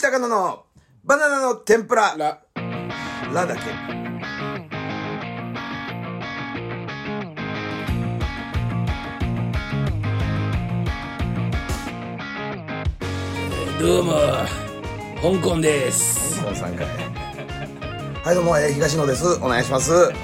高野のバナナの天ぷら。 ラだけ。 どうも香港です。 香港さんかい。はいどうも、東野です。お願いします。 はい、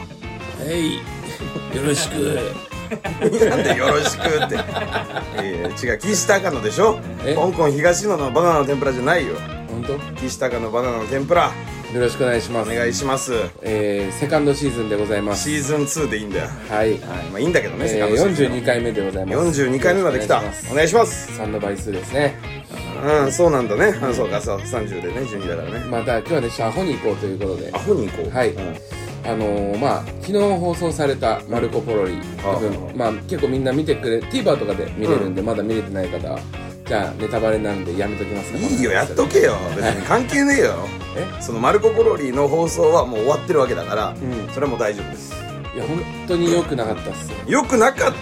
よろしく。 なんでよろしくって。違う、岸高野でしょ。香港東野のバナナの天ぷらじゃないよ。 本当？ 岸高野バナナの天ぷら。 よろしくお願いします。 お願いします。 セカンドシーズンでございます。 シーズン2でいいんだよ。 はい。 まあいいんだけどね、セカンドシーズン。 42回目でございます。 42回目まで来た。お願いします。 3の倍数ですね。 うん、そうなんだね。そうか、そう、30でね、12だからね。 また今日はね、アホに行こうということで。 アホに行こう。 はい。まあ昨日放送されたマルコ・ポロリ、まあ結構みんな見てくれ、TVer とかで見れるんで、まだ見れてない方はじゃあネタバレなんでやめときますか。 いいよ、やっとけよ。別に関係ねえよ。そのマルコ・ポロリの放送はもう終わってるわけだから、それはもう大丈夫です。 いや本当に良くなかったっすよ。 良くなかった？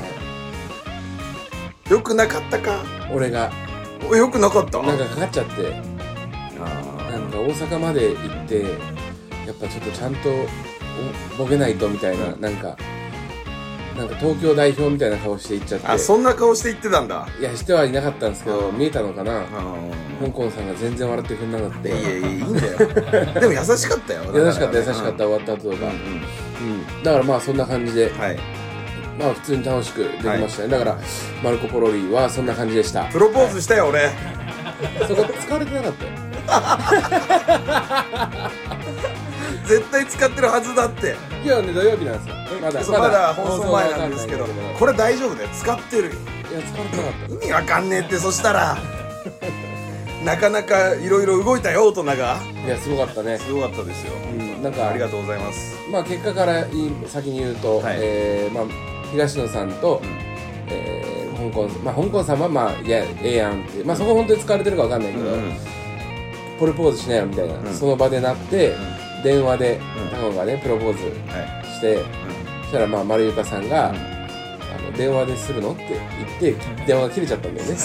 良くなかったか。 俺が良くなかった。 なんかかかっちゃって、なんか大阪まで行ってやっぱちょっとちゃんとボケないとみたいな、なんか東京代表みたいな顔して行っちゃって。 あ、そんな顔して行ってたんだ。 いや、してはいなかったんですけど、見えたのかな。香港さんが全然笑ってくれなかった。 いやいいんだよ。でも優しかったよ。 優しかった終わった後とか。だからまあそんな感じで、まあ普通に楽しくできましたね。だからマルコ・ポロリはそんな感じでした。 プロポーズしたよ俺。 そこ使われてなかったよ。 絶対使ってるはずだって。 今日ね、土曜日なんですよ。まだ放送前なんですけど、これ大丈夫だよ。使ってるよ。 いや、使われてなかった。 意味わかんねえって。そしたらなかなかいろいろ動いたよ、大人が。いや、すごかったね。 すごかったですよ。 なんかありがとうございます。 まあ結果から先に言うと、まあ東野さんと香港さんはまあいやええやんって、まあそこ本当に使われてるかわかんないけど、プロポーズしなよみたいな、その場でなって、電話でタコがねプロポーズして、そしたらまあ丸ゆかさんが電話でするのって言って電話が切れちゃったんだよね。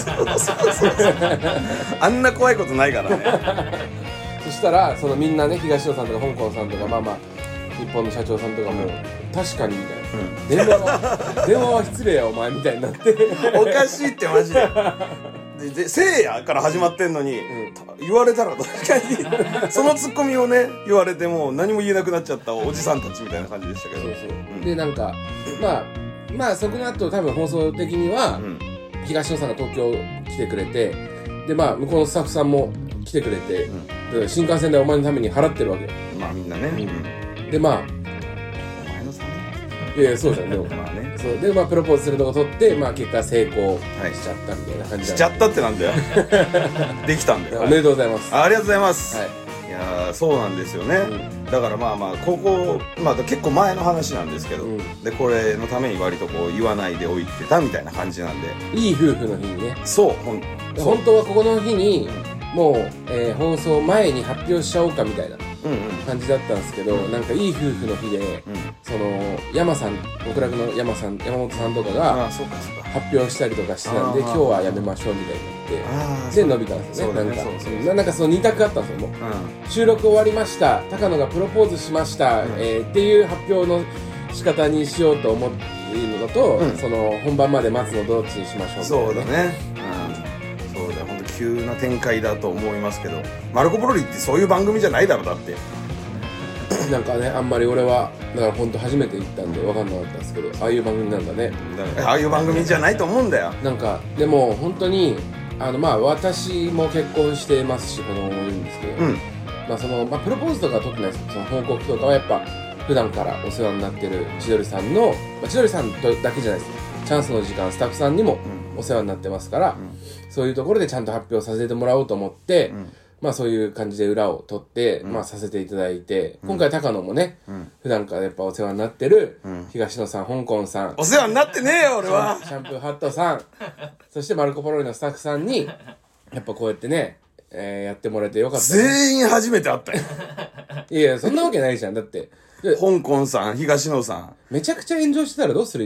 あんな怖いことないからね。 そしたらそのみんなね、東野さんとか香港さんとか、まあまあ日本の社長さんとかも確かにみたいな、電話は失礼やお前みたいになって、 おかしいってマジで。せいやから始まってんのに、言われたら確かにそのツッコミをね言われても何も言えなくなっちゃったおじさんたちみたいな感じでしたけど。 でなんかまあそこの後多分放送的には、東野さんが東京来てくれて、でまあ向こうのスタッフさんも来てくれて、新幹線でお前のために払ってるわけよ。まあみんなね。 でまあお前のため。いやそうじゃんね。まあね。そうでまあプロポーズするのを取って、まあ結果成功しちゃったみたいな感じ。 しちゃったってなんだよ。できたんだよ。 おめでとうございます。 ありがとうございます。いやそうなんですよね。だからまあまあここ結構前の話なんですけど、でこれのために割とこう言わないでおいてたみたいな感じなんで。 いい夫婦の日にね。 そう本当はここの日にもう放送前に発表しちゃおうかみたいな感じだったんですけど、なんかいい夫婦の日で、その山さん、極楽の山本さんとかが発表したりとかしてたんで、今日はやめましょうみたいになって、で伸びたんですよね。なんかその2択あったんですよ。もう収録終わりました、高野がプロポーズしました、っていう発表の仕方にしようと思っているのと、その本番まで待つのどっちにしましょうみたいな。 そうだね。急な展開だと思いますけど、マルコ・ポロリってそういう番組じゃないだろ。だってなんかね、あんまり俺はだから本当初めて行ったんで分かんなかったんですけど、ああいう番組なんだね。 ああいう番組じゃないと思うんだよ。 なんかでも本当にまあ私も結婚してますし子供もいるんですけど、プロポーズとかは特にないですけど、その報告とかはやっぱ普段からお世話になってる千鳥さんの、千鳥さんとだけじゃないです。チャンスの時間スタッフさんにもお世話になってますから、そういうところでちゃんと発表させてもらおうと思って、まあそういう感じで裏を取って、まあさせていただいて、今回高野もね、普段からやっぱお世話になってる東野さん、香港さん、 お世話になってねえよ俺は。 シャンプーハットさん、そしてマルコ・ポロリのスタッフさんにやっぱこうやってね、やってもらえてよかった、ね。 全員初めて会ったよ。 いやそんなわけないじゃん。だって香港さん、東野さん、 めちゃくちゃ炎上してたらどうする今。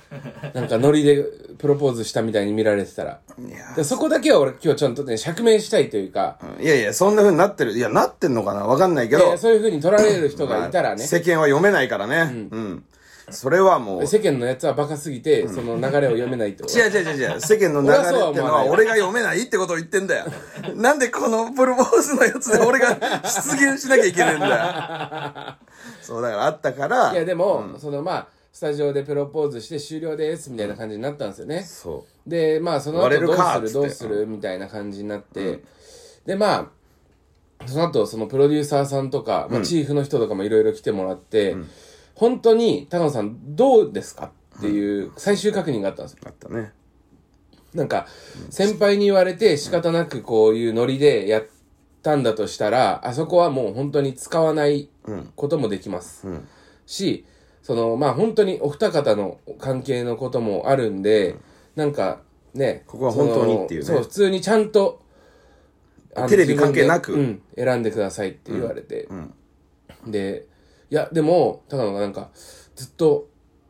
なんかノリでプロポーズしたみたいに見られてたら。でそこだけは俺今日ちゃんとね、釈明したいというか。 いやいや、そんな風になってる。いや、なってんのかなわかんないけど。 そういう風に取られる人がいたらね。 世間は読めないからね。それはもう。 世間のやつはバカすぎて、その流れを読めないってこと。 違う。世間の流れってのは俺が読めないってことを言ってんだよ。なんでこのプロポーズのやつで俺が出現しなきゃいけないんだよ。そう、だからあったから。 いや、でも、スタジオでプロポーズして終了ですみたいな感じになったんですよね。 そう。 で、その後どうするみたいな感じになって、で、その後、そのプロデューサーさんとか、チーフの人とかもいろいろ来てもらって、本当に、高野さんどうですかっていう最終確認があったんですよ。 あったね。 なんか、先輩に言われて仕方なくこういうノリでやったんだとしたら、あそこはもう本当に使わないこともできます。し、本当にお二方の関係のこともあるんで、なんかね、 ここは本当にっていうね。 そう、普通にちゃんと、 テレビ関係なく、 選んでくださいって言われて。で、いや、でも、高野がなんか、ずっと、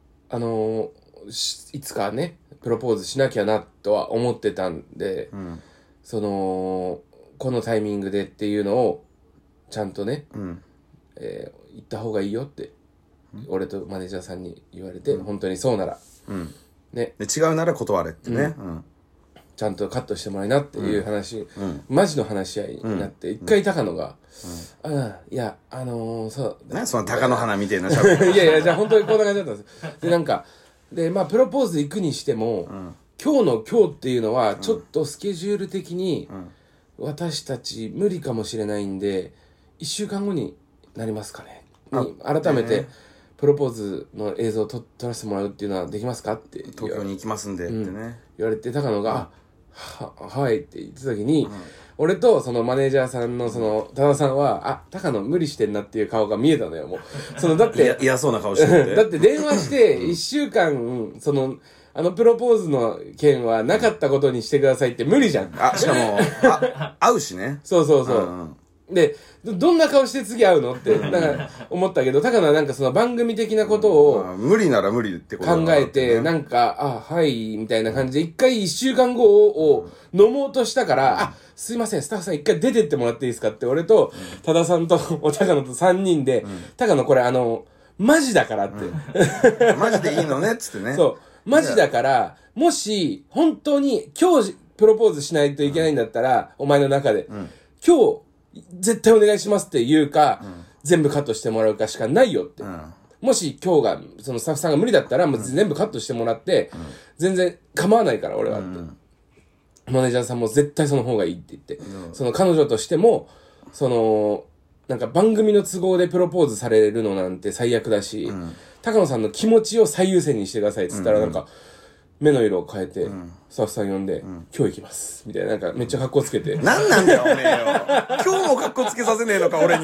いつかね、プロポーズしなきゃな、とは思ってたんで、このタイミングでっていうのを、ちゃんとね、言った方がいいよって、俺とマネージャーさんに言われて、本当にそうなら、 ね。で、違うなら断れってね。 ちゃんとカットしてもらいなっていう話、マジの話し合いになって、一回高野が、いや、そう。 その鷹の花みたいなしゃべり。 いや、じゃあ本当にこんな感じだったんですよ。で、なんか、で、プロポーズ行くにしても、今日っていうのは、ちょっとスケジュール的に、私たち無理かもしれないんで、1週間後になりますかね。改めて、プロポーズの映像を撮らせてもらうっていうのはできますかって。 東京に行きますんで、ってね。 言われて、高野が、はいって言ってた時に、俺とそのマネージャーさんのその多田さんは、高野無理してんなっていう顔が見えたのよ、もう。だって。 嫌そうな顔してて。 だって電話して1週間、プロポーズの件はなかったことにしてくださいって無理じゃん。 しかも、会うしね。 そう。で、どんな顔して次会うのって、なんか思ったけど、高野はなんかその番組的なことを、 無理なら無理ってこと考えて、なんか、はい、みたいな感じで、一回1週間後を飲もうとしたから、すいません、スタッフさん一回出てってもらっていいですかって、俺と、多田さんと、高野と3人で、高野これマジだからって。 マジでいいのねっつってね。 そう。マジだから、もし、本当に今日プロポーズしないといけないんだったら、お前の中で、今日、絶対お願いしますって言うか、全部カットしてもらうかしかないよって。もし今日が、そのスタッフさんが無理だったら、もう全部カットしてもらって、全然構わないから俺はって。マネージャーさんも絶対その方がいいって言って、その彼女としても、なんか番組の都合でプロポーズされるのなんて最悪だし、高野さんの気持ちを最優先にしてくださいって言ったらなんか、目の色を変えて、スタッフさん呼んで、今日行きます。みたいな、なんかめっちゃ格好つけて。 なんなんだよ、おめえよ。今日も格好つけさせねえのか、俺に。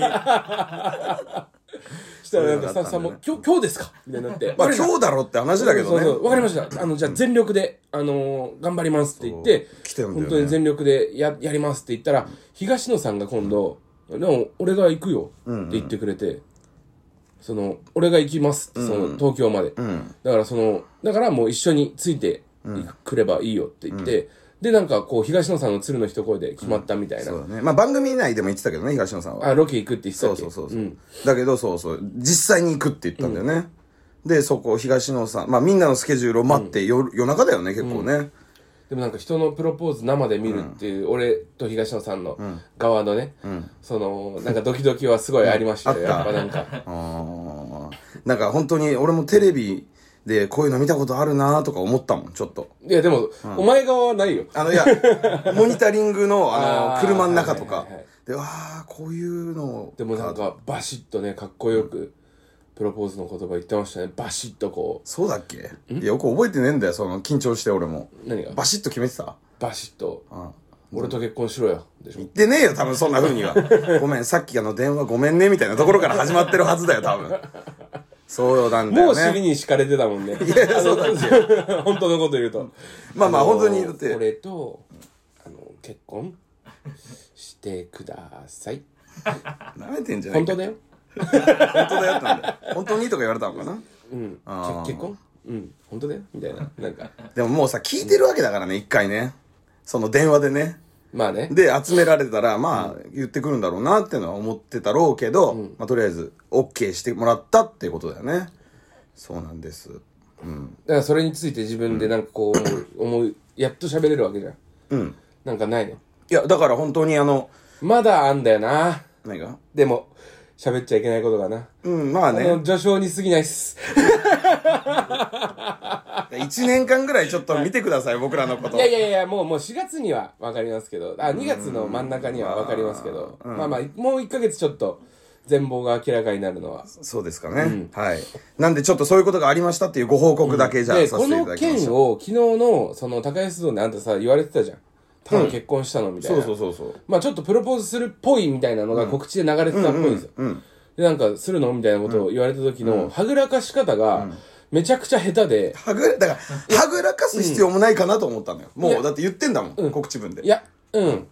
したらなんかスタッフさんも、今日ですかみたいになって。 今日だろって話だけどね。 わかりました。じゃあ全力で、頑張りますって言って、本当に全力でやりますって言ったら、東野さんが今度、でも俺が行くよって言ってくれて、俺が行きますって、東京まで。だからもう一緒についてくればいいよって言って、で、なんかこう、東野さんの鶴の一声で決まったみたいな。 そうだね。番組内でも言ってたけどね、東野さんは。 ロケ行くって言ってたっけ。 そう。だけど、実際に行くって言ったんだよね。で、そこ、東野さん、みんなのスケジュールを待って、夜中だよね、結構ね。 でもなんか人のプロポーズ生で見るっていう、俺と東野さんの側のね、なんかドキドキはすごいありましたよ、やっぱなんか。 なんか本当に俺もテレビでこういうの見たことあるなとか思ったもん、ちょっと。 いやでも、お前側はないよ。 いや、モニタリングの車の中とか。で、こういうの。 でもなんかバシッとね、かっこよく。プロポーズの言葉言ってましたね。バシッとこう。 そうだっけ？よく覚えてねえんだよ、緊張して俺も。 何が？ バシッと決めてた？ バシッと。俺と結婚しろよ。でしょ？ 言ってねえよ、多分そんな風には。ごめん、さっき電話ごめんね、みたいなところから始まってるはずだよ、多分。そうなんだよね。 もう尻に敷かれてたもんね。 いや、そうだっけ。 本当のこと言うと。 本当にだって。 俺と、結婚してください。 舐めてんじゃないか。 本当だよ。 本当だよってなんだよ。本当にとか言われたのかな。 結婚本当だよみたいな、なんかでももうさ、聞いてるわけだからね、一回ね。その電話でね。 まあね。 で、集められたら、まあ、言ってくるんだろうなっていうのは思ってたろうけど、まあ、とりあえず、OK してもらったっていうことだよね。そうなんです。 だからそれについて自分でなんかこう、やっと喋れるわけじゃん。なんかないの？ いや、だから本当にまだあんだよな。 何が？ でも、喋っちゃいけないことがな。 まあね。 序章に過ぎないっす。 1年間ぐらいちょっと見てください、僕らのこと。 いや、もう4月にはわかりますけど、2月の真ん中にはわかりますけど、まあ、もう1ヶ月ちょっと、全貌が明らかになるのは。 そうですかね。はい。なんでちょっとそういうことがありましたっていうご報告だけじゃあさせていただきましょう。 この件を昨日の、その高安堂であんたさ、言われてたじゃん。多分結婚したのみたいな。 そう。 まあちょっとプロポーズするっぽいみたいなのが告知で流れてたっぽいんですよ。で、なんか、するのみたいなことを言われた時の、はぐらかし方が、めちゃくちゃ下手で。 だから、はぐらかす必要もないかなと思ったのよ。もう、だって言ってんだもん、告知文で。 いや、見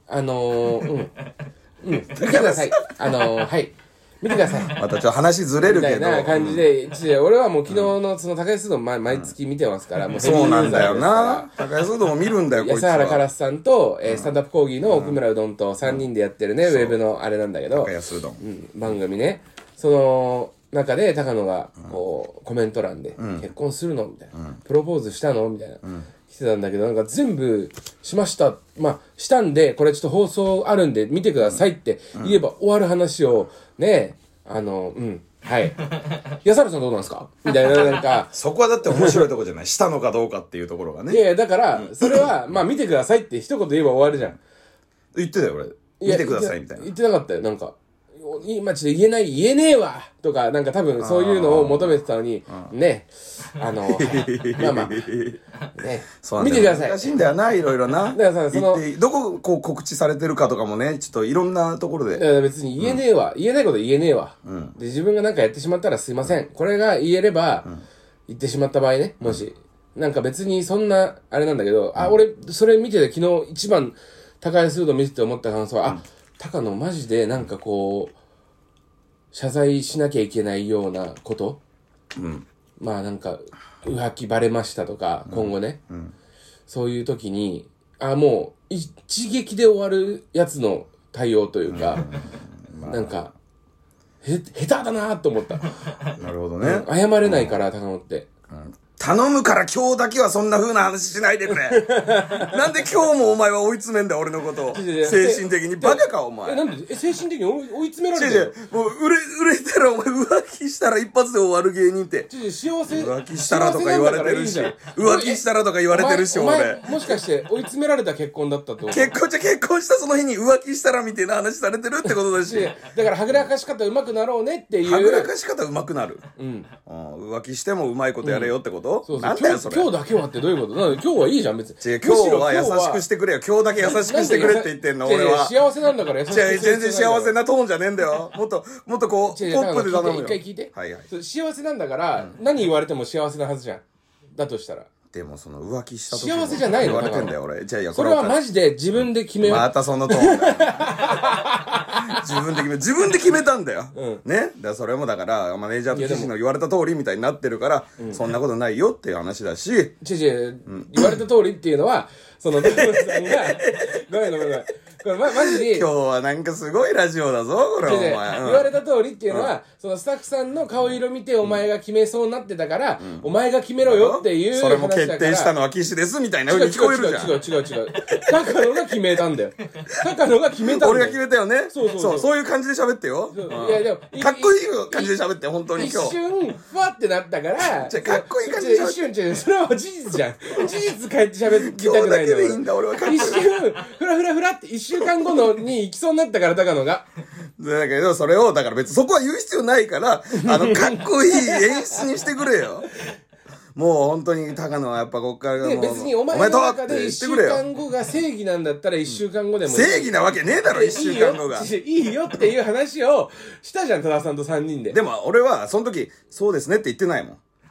てください。はい。見てください。 またちょっと話ずれるけど。 みたいな感じで、俺はもう昨日のその高安堂毎月見てますから、もうそうなんだよな。高安堂も見るんだよ、こいつは。 安原カラスさんと、スタンダップ講義の奥村うどんと3人でやってるね、ウェブのあれなんだけど、 高安うどん。 番組ね。その中で高野が、こう、コメント欄で、結婚するのみたいな。プロポーズしたのみたいな。来てたんだけど、なんか全部しました。まあ、したんで、これちょっと放送あるんで見てくださいって言えば終わる話を、ね、はい。安原さんどうなんですかみたいな、なんか。 そこはだって面白いとこじゃない。したのかどうかっていうところがね。 いや、だから、それは、まあ見てくださいって一言言えば終わるじゃん。 言ってたよ、俺。見てくださいみたいな。 言ってなかったよ、なんか。今ちょっと言えねえわとか、なんか多分そういうのを求めてたのに、ね、まあ、ね、見てください。 難しいんだよな、いろいろな。 だからさ、 どここう告知されてるかとかもね、ちょっといろんなところで。 別に言えねえわ。言えないこと言えねえわ。で、自分がなんかやってしまったらすいません。これが言えれば、言ってしまった場合ね、もし。なんか別にそんな、あれなんだけど、俺、それ見てて昨日一番高安うどん見てて思った感想は、高野マジでなんかこう、謝罪しなきゃいけないようなこと、まあなんか浮気バレましたとか、今後ね、そういう時にもう一撃で終わるやつの対応というか、なんか下手だなと思った。 なるほどね。 謝れないから高野って。 頼むから今日だけはそんな風な話しないでくれ。なんで今日もお前は追い詰めんだよ、俺のことを。精神的に。バカか、お前。 なんで精神的に追い詰められてる。 もう売れたらお前浮気したら一発で終わる芸人って。 幸せ。 浮気したらとか言われてるし。浮気したらとか言われてるし、俺。 もしかして追い詰められた結婚だったってこと？ 結婚したその日に浮気したらみたいな話されてるってことだし。 だからはぐらかし方上手くなろうねっていう。 はぐらかし方上手くなる。浮気してもうまいことやれよってこと？ そうなんだよそれ。 今日だけはってどういうこと？なんで今日はいいじゃん別に。 違う、今日は優しくしてくれよ。今日だけ優しくしてくれって言ってんの俺は。 幸せなんだから優しくしてくれ。 全然幸せなトーンじゃねえんだよ。もっとこうポップで頼むよ。 一回聞いて。 はいはい。 幸せなんだから何言われても幸せなはずじゃん。だとしたら。 でもその浮気した時幸せじゃないの？ 言われてんだよ俺。じゃあいやそれはマジで自分で決めよう。 またそのトーンだよ。自分で決めたんだよ。ね。だからそれもだからマネージャーと岸の言われた通りみたいになってるから、そんなことないよっていう話だし。 言われた通りっていうのはその高野さんがごめん。これマジで今日はなんかすごいラジオだぞこれお前。 言われた通りっていうのは、そのスタッフさんの顔色見てお前が決めそうになってたから、お前が決めろよっていう話だから。 それも決定したのは岸ですみたいな風に聞こえるじゃん。 違う。高野が決めたんだよ。高野が決めたんだよ。 俺が決めたよね。そういう感じで喋ってよ。 いやでもかっこいい感じで喋って本当に今日。 一瞬ふわってなったから。 じゃかっこいい感じで一瞬それは事実じゃん。事実変えて喋りたくないのよ。一瞬ふらって1週間後のに行きそうになったから高野が。 だけどそれをだから別にそこは言う必要ないからかっこいい演出にしてくれよ。もう本当に高野はやっぱこっからもう別にお前の中で1週間後が正義なんだったら1週間後でも正義なわけねえだろ1週間後がいいよっていう話をしたじゃん多田さんと3人で。 でも俺はその時そうですねって言ってないもん。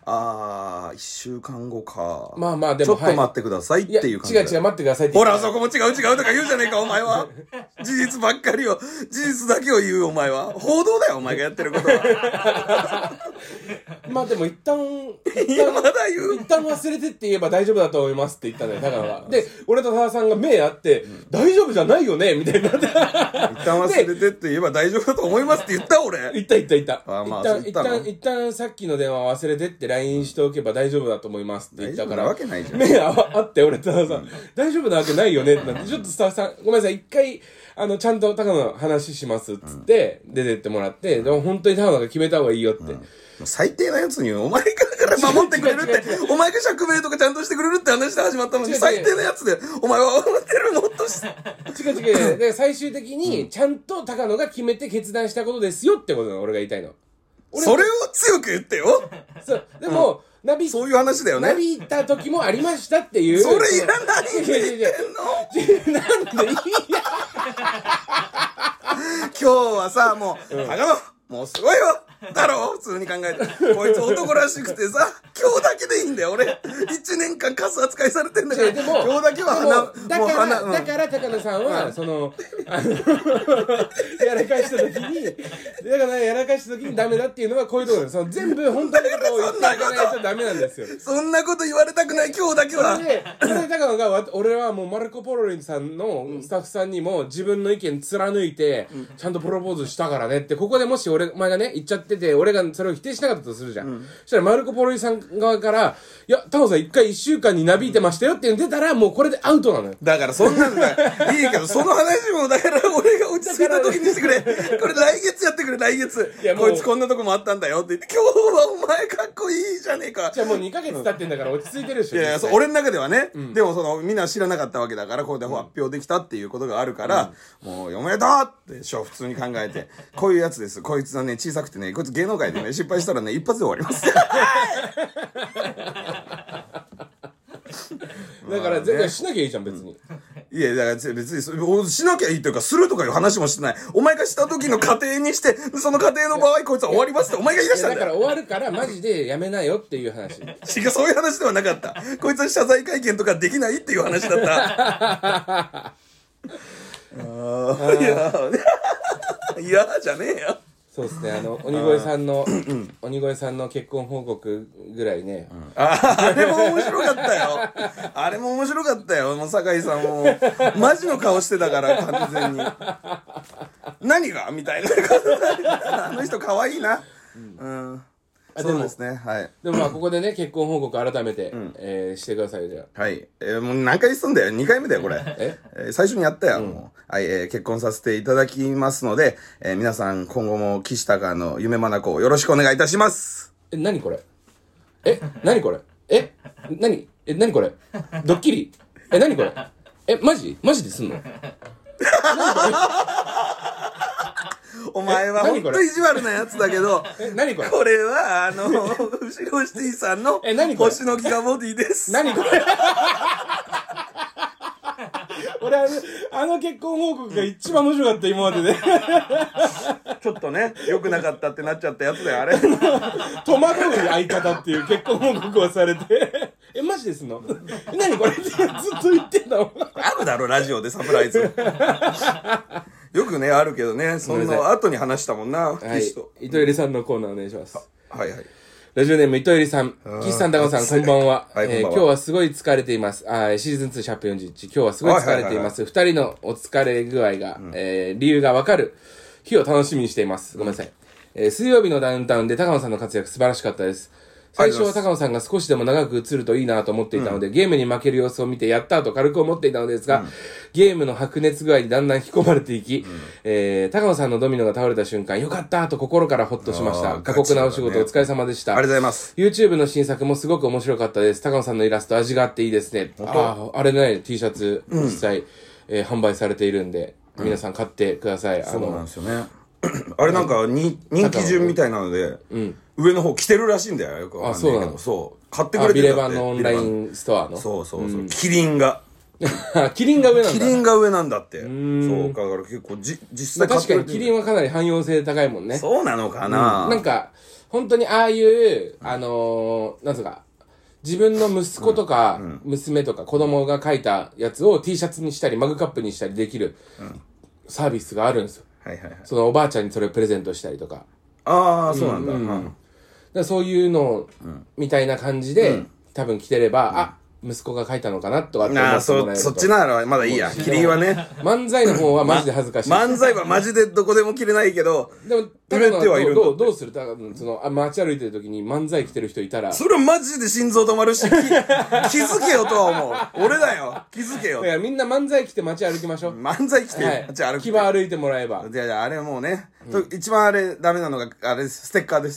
あー、1週間後か。 まあまあでもちょっと待ってくださいっていう感じ。 違う、待ってくださいって。 ほら、そこも違うとか言うじゃねえか、お前は。事実ばっかりを、事実だけを言うお前は。報道だよ、お前がやってることは。 まあでも一旦まだ言う。 一旦忘れてって言えば大丈夫だと思いますって言ったのよ、高野が。で、俺と多田さんが目合って、大丈夫じゃないよねみたいになって。一旦忘れてって言えば大丈夫だと思いますって言った俺。 言った。 あ、まあ、 一旦さっきの電話忘れてって LINE しておけば大丈夫だと思いますって言ったから。 大丈夫なわけないじゃん。 目合って俺と多田さん、大丈夫なわけないよねってなって、ちょっとスタッフさん、ごめんなさい、一回、ちゃんと高野の話しますっつって、出てってもらって、でも本当に高野が決めた方がいいよって。 最低なやつにお前から守ってくれるって、お前が釈明とかちゃんとしてくれるって話で始まったのに、最低なやつで、お前は思ってるもっとし。 違う。で、最終的に、ちゃんと高野が決めて決断したことですよってことなの、俺が言いたいの。 それを強く言ってよ。 そう。でも、 そういう話だよね。 なびいた時もありましたっていう。 それいらないって言ってんの？ なんでいいや。 今日はさ、もう、高野、もうすごいよだろ普通に考えて。こいつ男らしくてさ、今日だけでいいんだよ、俺。1年間カス扱いされてんだから。 でも、 今日だけはだから高野さんは、やらかした時に、ダメだっていうのはこういうところです。全部本当にことを言っていかないとダメなんですよ。 そんなこと言われたくない、今日だけは。 それで高野が、俺はもうマルコ・ポロリンさんのスタッフさんにも自分の意見貫いて、ちゃんとプロポーズしたからねって、ここでもしお前がね、言っちゃってて、俺がそれを否定しなかったとするじゃん。そしたらマルコ・ポロリンさん側から、いや、タモさん一回1週間になびいてましたよって言ってたら、もうこれでアウトなのよ。 だからそんなんだ。いいけど、その話も、だから俺が落ち着いた時にしてくれ。これ来月やってくれ、来月。こいつこんなとこもあったんだよって言って、今日はお前かっこいいじゃねえか。 じゃあもう2ヶ月経ってんだから落ち着いてるでしょ。 いや、俺の中ではね、でもみんな知らなかったわけだから、これで発表できたっていうことがあるから、もう、おめでとうって普通に考えて、こういうやつです。こいつはね、小さくてね、こいつ芸能界でね、失敗したらね、一発で終わります。 だから全然しなきゃいいじゃん、別に。 いや、だから別にしなきゃいいというか、するとかいう話もしてない。お前がした時の過程にして、その過程の場合、こいつは終わりますってお前が言い出したんだよ。 だから終わるからマジでやめなよっていう話。 違う、そういう話ではなかった。こいつは謝罪会見とかできないっていう話だった。いやじゃねえよ。 そうですね、鬼越さんの結婚報告ぐらいね。 あれも面白かったよ。あれも面白かったよ。もう酒井さんもマジの顔してたから完全に。何がみたいな。あの人可愛いな。そうですね。はい。 でもまあここでね、結婚報告改めてしてください。じゃあはい。もう何回すんだよ。2回目だよこれ。最初にやったよ。もうはい。結婚させていただきますので、皆さん今後も岸高の夢まなこをよろしくお願いいたします。 何これ？何これ？何これ？ドッキリ？何これ？マジですんの？ お前はほんと意地悪なやつだけど、 何これ？ これは後ろシティさんの星のギガボディです。 何これ？俺結婚報告が一番面白かった今までで。 ちょっとね良くなかったってなっちゃったやつだよあれ。 戸惑う相方っていう結婚報告をされてマジですの？何これってずっと言ってんだもん。 あるだろラジオでサプライズ。よくねあるけどね、その後に話したもんな。 はい、糸入さんのコーナーお願いします。 はいはい。 ラジオネーム糸入さん、岸さん、高野さん、こんばんは。今日はすごい疲れています。シーズン2シャープ41。今日はすごい疲れています。二人のお疲れ具合が、理由がわかる日を楽しみにしています。ごめんなさい。水曜日のダウンタウンで高野さんの活躍素晴らしかったです。最初は高野さんが少しでも長く映るといいなと思っていたので、ゲームに負ける様子を見てやったと軽く思っていたのですが、ゲームの白熱具合にだんだん引き込まれていき、高野さんのドミノが倒れた瞬間、よかったと心からホッとしました。過酷なお仕事お疲れ様でした。 ありがとうございます。 YouTube の新作もすごく面白かったです。高野さんのイラスト味があっていいですね。あれね、T シャツ実際、販売されているんで、皆さん買ってください。 そうなんですよね。あれなんか人気順みたいなので、上の方着てるらしいんだよ。よくわかんないけど。そう。買ってくれてる。 ビレバンのオンラインストアの。 そう。キリンが。 キリンが上なんだ。 キリンが上なんだって。そう、 んだから結構実際確かにキリンはかなり汎用性高いもんね。 そうなのかな、 なんか、本当にああいう、なんつうか、自分の息子とか、娘とか子供が書いたやつを T シャツにしたり、マグカップにしたりできるサービスがあるんですよ。 はいはいはい。 そのおばあちゃんにそれをプレゼントしたりとか。 ああ、そうなんだ。 だからそういうのみたいな感じで、多分来てれば、息子が書いたのかなとかって思ってもらえると。 そっちならまだいいや。キリンはね。 漫才の方はマジで恥ずかしい。 漫才はマジでどこでも着れないけど、 でも、 売れてはいるんだって。 どうするその、街歩いてる時に漫才来てる人いたら。 それはマジで心臓止まるし、気づけよとは思う。俺だよ。気づけよ。 だからみんな漫才来て街歩きましょう。 漫才来て、 街歩き。騎馬馬歩いてもらえば。 いや、あれもうね、一番あれダメなのが、あれです、ステッカーです。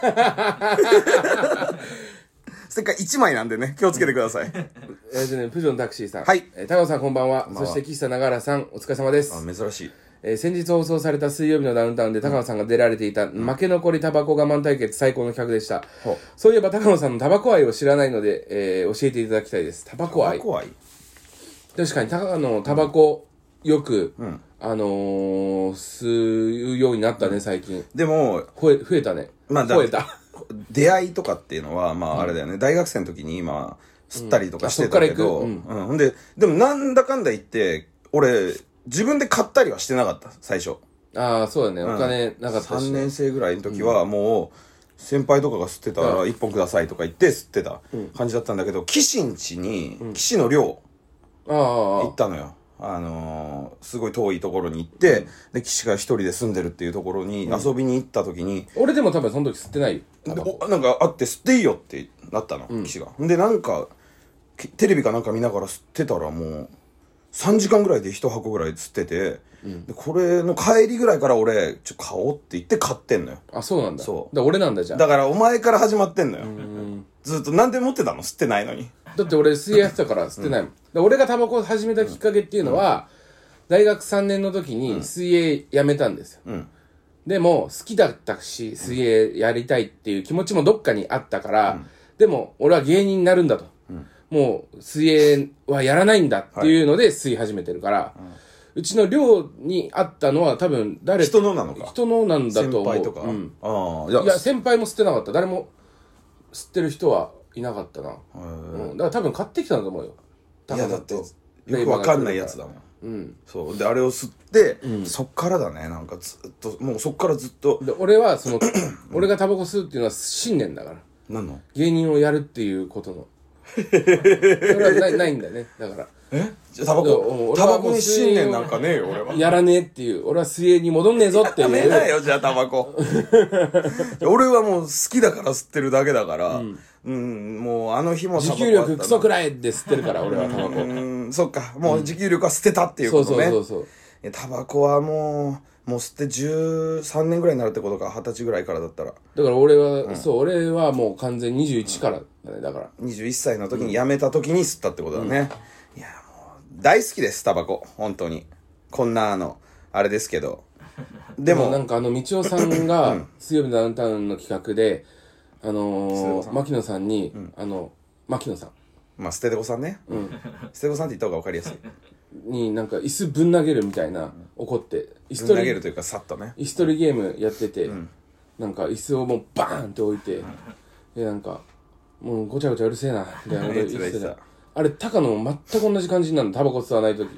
ステッカー1枚なんでね、気をつけてください。 プジョンタクシーさん。 はい。 高野さんこんばんは。そして岸田永原さん、お疲れ様です。 珍しい。先日放送された水曜日のダウンタウンで高野さんが出られていた、負け残りタバコ我慢対決最高の企画でした。そういえば高野さんのタバコ愛を知らないので、教えていただきたいです。タバコ愛。確かに高野タバコよく、吸うようになったね、最近。 でも、 増えたね。増えた。 出会いとかっていうのは、まああれだよね、大学生の時に今、吸ったりとかしてたけど、ほんで、でもなんだかんだ言って、俺、自分で買ったりはしてなかった、最初。 ああ、そうだね、お金なかったし。 3年生ぐらいの時は、もう、先輩とかが吸ってたら、1本くださいとか言って吸ってた感じだったんだけど、岸ん家に、岸の寮、行ったのよ。すごい遠いところに行って、で、岸が一人で住んでるっていうところに遊びに行った時に、 俺でも多分その時吸ってないよ。 なんかあって吸っていいよってなったの、岸が。で、なんか、テレビかなんか見ながら吸ってたらもう、3時間ぐらいで1箱ぐらい吸ってて、でこれの帰りぐらいから俺、買おうって言って買ってんのよ。 あ、そうなんだ。 そう。 俺なんだじゃん。 だからお前から始まってんのよ。ずっと、なんで持ってたの吸ってないのに。 だって俺水泳やってたから吸ってないもん。俺がタバコを始めたきっかけっていうのは、大学3年の時に水泳やめたんですよ。でも好きだったし、水泳やりたいっていう気持ちもどっかにあったから、でも俺は芸人になるんだと。もう水泳はやらないんだっていうので吸い始めてるから、うちの寮にあったのは多分人のなのか。 人のなんだと思う。 先輩とか。 いや、先輩も吸ってなかった。誰も吸ってる人はいなかったな。だから多分買ってきたんだと思うよ。 いや、だって、よくわかんないやつだもん。そう。で、あれを吸って、そっからだね。なんかずっと、もうそっからずっと。 で、俺は、俺がタバコ吸うっていうのは信念だから。 何の？ 芸人をやるっていうことの。それはないんだよね。だから。 じゃあタバコに信念なんかねえよ、俺は。 やらねえっていう。俺は水泳に戻んねえぞっていう。 やめなよ、じゃあタバコ。俺はもう好きだから吸ってるだけだから、もうあの日もタバコ。持久力クソくらいで吸ってるから、俺はタバコ。 そっか、もう持久力は捨てたっていうことね。 そう。 タバコはもう吸って13年ぐらいになるってことか、20歳ぐらいからだったら。 だから俺はもう完全21からだね、だから。 21歳の時に辞めた時に吸ったってことだね。いや、もう、大好きです、タバコ。本当に。こんなあれですけど。でも。 なんか道夫さんが、水曜日のダウンタウンの企画で、牧野さんに、牧野さん。 まあ、捨ててこさんね。捨てこさんって言った方が分かりやすい。 になんか椅子ぶん投げるみたいな怒って椅子ぶん投げるというかさっとね椅子取りゲームやってて、なんか椅子をもうバーンって置いて、でなんかもうごちゃごちゃうるせえなみたいなこと言ってた。あれ高野も全く同じ感じになるの、タバコ吸わない時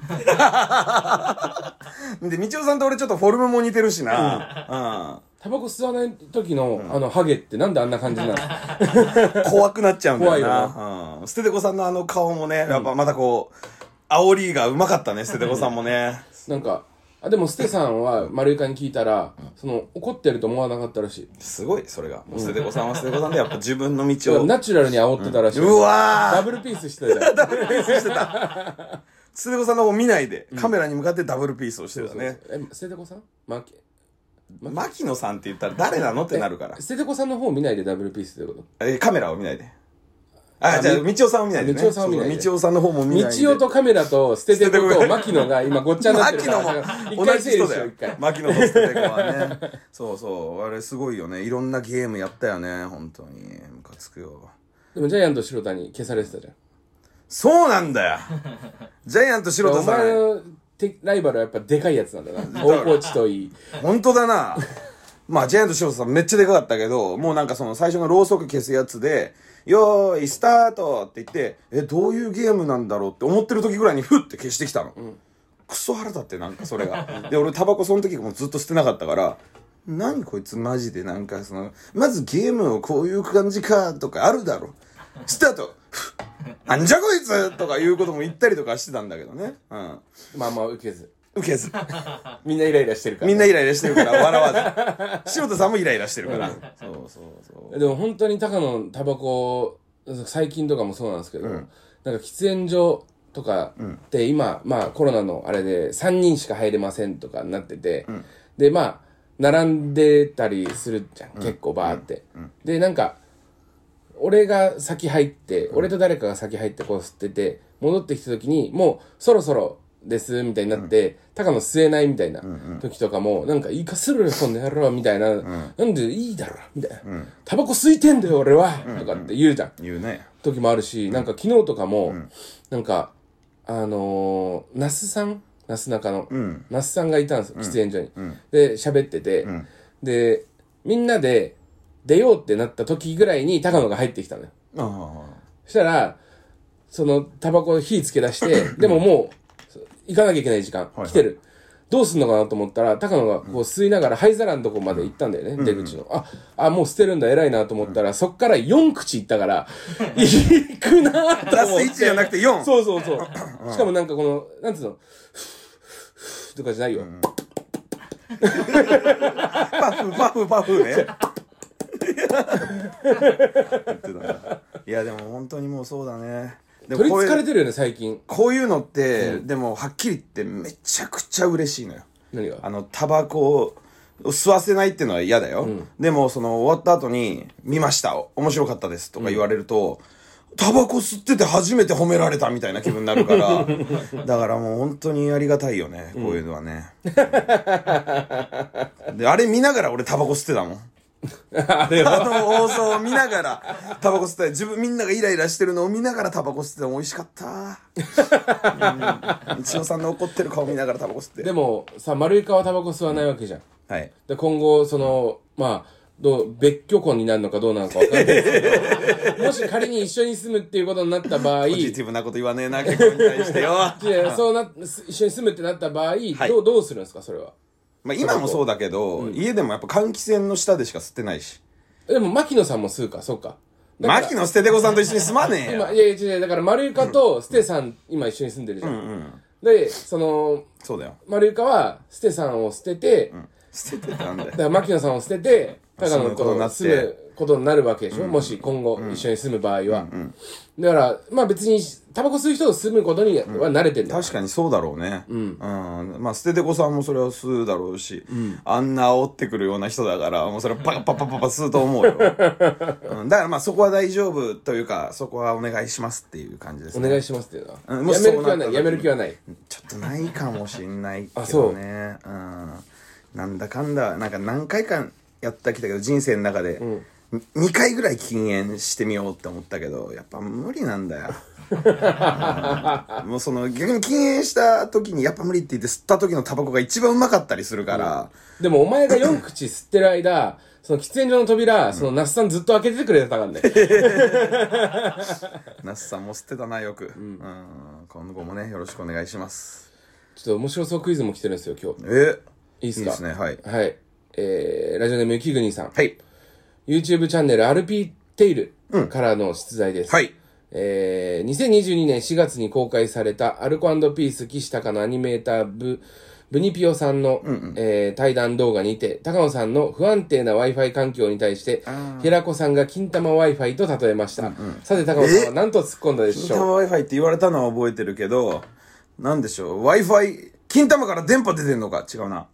で道夫さんと俺ちょっとフォルムも似てるしな。 タバコ吸わない時のハゲってなんであんな感じなの？ 怖くなっちゃうんだよな。 怖いよな。 捨ててこさんの顔もね、やっぱまたこう煽りがうまかったね、捨ててこさんもね。 なんか、でも捨てさんは丸井かに聞いたら、怒ってると思わなかったらしい。 すごい、それが。捨ててこさんは捨ててこさんでやっぱ自分の道を。 ナチュラルに煽ってたらしい。 うわーダブルピースしてたじゃん。 ダブルピースしてた。捨ててこさんの方見ないで、カメラに向かってダブルピースをしてたね。 捨ててこさん？ 牧野さんって言ったら誰なのってなるから。 捨ててこさんの方を見ないでダブルピースってこと？カメラを見ないで。じゃあ、道夫さんを見ないでね。 道夫さんを見ないで。 道夫さんの方も見ないで。 道夫とカメラと捨ててこと牧野が今ごっちゃになってるから。 牧野も同じ人だよ。牧野と捨ててこはね。そうそう。あれすごいよね。いろんなゲームやったよね。本当に。ムカつくよ。 でもジャイアント白田に消されてたじゃん。 そうなんだよ。ジャイアント白田さん。 お前のライバルはやっぱでかいやつなんだな。大河内といい。 本当だな。まあ、ジャイアント白田さんめっちゃでかかったけど、もうなんかその最初のろうそく消すやつで、よーい、スタートって言って、どういうゲームなんだろうって思ってる時ぐらいにフッて消してきたの。クソ腹立ってなんかそれが。で、俺タバコその時もずっと捨てなかったから、何こいつマジでなんかその、まずゲームをこういう感じかとかあるだろ。スタートなんじゃこいつとかいうことも言ったりとかしてたんだけどね。うん。 まあまあ受けず。 みんなイライラしてるから。 みんなイライラしてるから笑わず。塩田さんもイライラしてるから。 そう。でも本当に高野タバコ、最近とかもそうなんですけど、なんか喫煙所とかって今、まあコロナのあれで3人しか入れませんとかになってて、でまあ、並んでたりするじゃん、結構バーって。で、なんか、俺が先入って、俺と誰かが先入ってこう吸ってて、戻ってきた時に、もうそろそろです、みたいになって、高野吸えないみたいな時とかも、なんか、いいかするよ、こんな野郎、みたいな、なんでいいだろ、みたいな。タバコ吸いてんだよ、俺は、とかって言うじゃん。 言うね。 時もあるし、なんか昨日とかも、なんか、那須さん那須中の、那須さんがいたんですよ、喫煙所に。で、喋ってて、で、みんなで出ようってなった時ぐらいに高野が入ってきたのよ。そしたら、その、タバコ火つけ出して、でももう、行かなきゃいけない時間、来てる。どうすんのかなと思ったら、高野がこう吸いながら灰皿のとこまで行ったんだよね、出口の。もう捨てるんだ、偉いなと思ったら、そっから4口行ったから、行くなーと思って。 ラスト1じゃなくて 4! そう。しかもなんかこの、なんつうの、とかじゃないよ。 パフね。いやでも本当にもうそうだね。 取り憑かれてるよね最近。 こういうのって、でもはっきり言ってめちゃくちゃ嬉しいのよ。 何が？ タバコを吸わせないっていうのは嫌だよ。でもその終わった後に見ました面白かったですとか言われると、タバコ吸ってて初めて褒められたみたいな気分になるからだからもう本当にありがたいよね、こういうのはね。であれ見ながら俺タバコ吸ってたもん。 あれは放送を見ながらタバコ吸ってみんながイライラしてるのを見ながらタバコ吸ってて美味しかった一野さんの怒ってる顔見ながらタバコ吸って。 でもさ、丸井川はタバコ吸わないわけじゃん。 はい。 で今後そのまあ別居婚になるのかどうなのか分かんないですけどもし仮に一緒に住むっていうことになった場合、 ポジティブなこと言わねえな結婚に対してよ一緒に住むってなった場合、どうするんですかそれは。まあ今もそうだけど、家でもやっぱ換気扇の下でしか吸ってないし。 でも牧野さんも吸うか、そうか。 牧野捨ててこさんと一緒に住まねえよ。 いや違う、だから丸床とステさん今一緒に住んでるじゃん。で、 そうだよ。 丸床はステさんを捨てて、 捨ててたんだよ。 だから牧野さんを捨てて、高野と住むことになるわけでしょ、もし今後一緒に住む場合は。だから、まあ別に、タバコ吸う人と住むことには慣れてるんだよ。 確かにそうだろうね。まあ捨ててこさんもそれは吸うだろうし、あんな煽ってくるような人だから、もうそれパパ吸うと思うよ。だからまあそこは大丈夫というか、そこはお願いしますっていう感じですね。 お願いしますっていうのは。やめる気はない。 ちょっとないかもしんないけどね。なんだかんだ、なんか何回かやってきたけど、人生の中で、2回ぐらい禁煙してみようって思ったけど、やっぱ無理なんだよ。もうその逆に禁煙した時にやっぱ無理って言って吸った時のタバコが一番うまかったりするから。 でもお前が4口吸ってる間、その喫煙所の扉、その那須さんずっと開けててくれてたからね。 那須さんも吸ってたな、よく。今後もね、よろしくお願いします。 ちょっと面白そうクイズも来てるんですよ、今日。いいっすか？ いいですね、はい。 はい。ラジオネーム雪国さん。 はい。 YouTube チャンネル RP テイルからの出題です。 はい。 2022年4月に公開されたアルコ&ピース岸高のアニメーターブニピオさんの、対談動画にて、高野さんの不安定な Wi-Fi 環境に対して、平子さんが金玉 Wi-Fi と例えました。さて高野さんは何と突っ込んだでしょう？ 金玉 Wi-Fi って言われたのは覚えてるけど、なんでしょう、Wi-Fi、金玉から電波出てんのか違うな。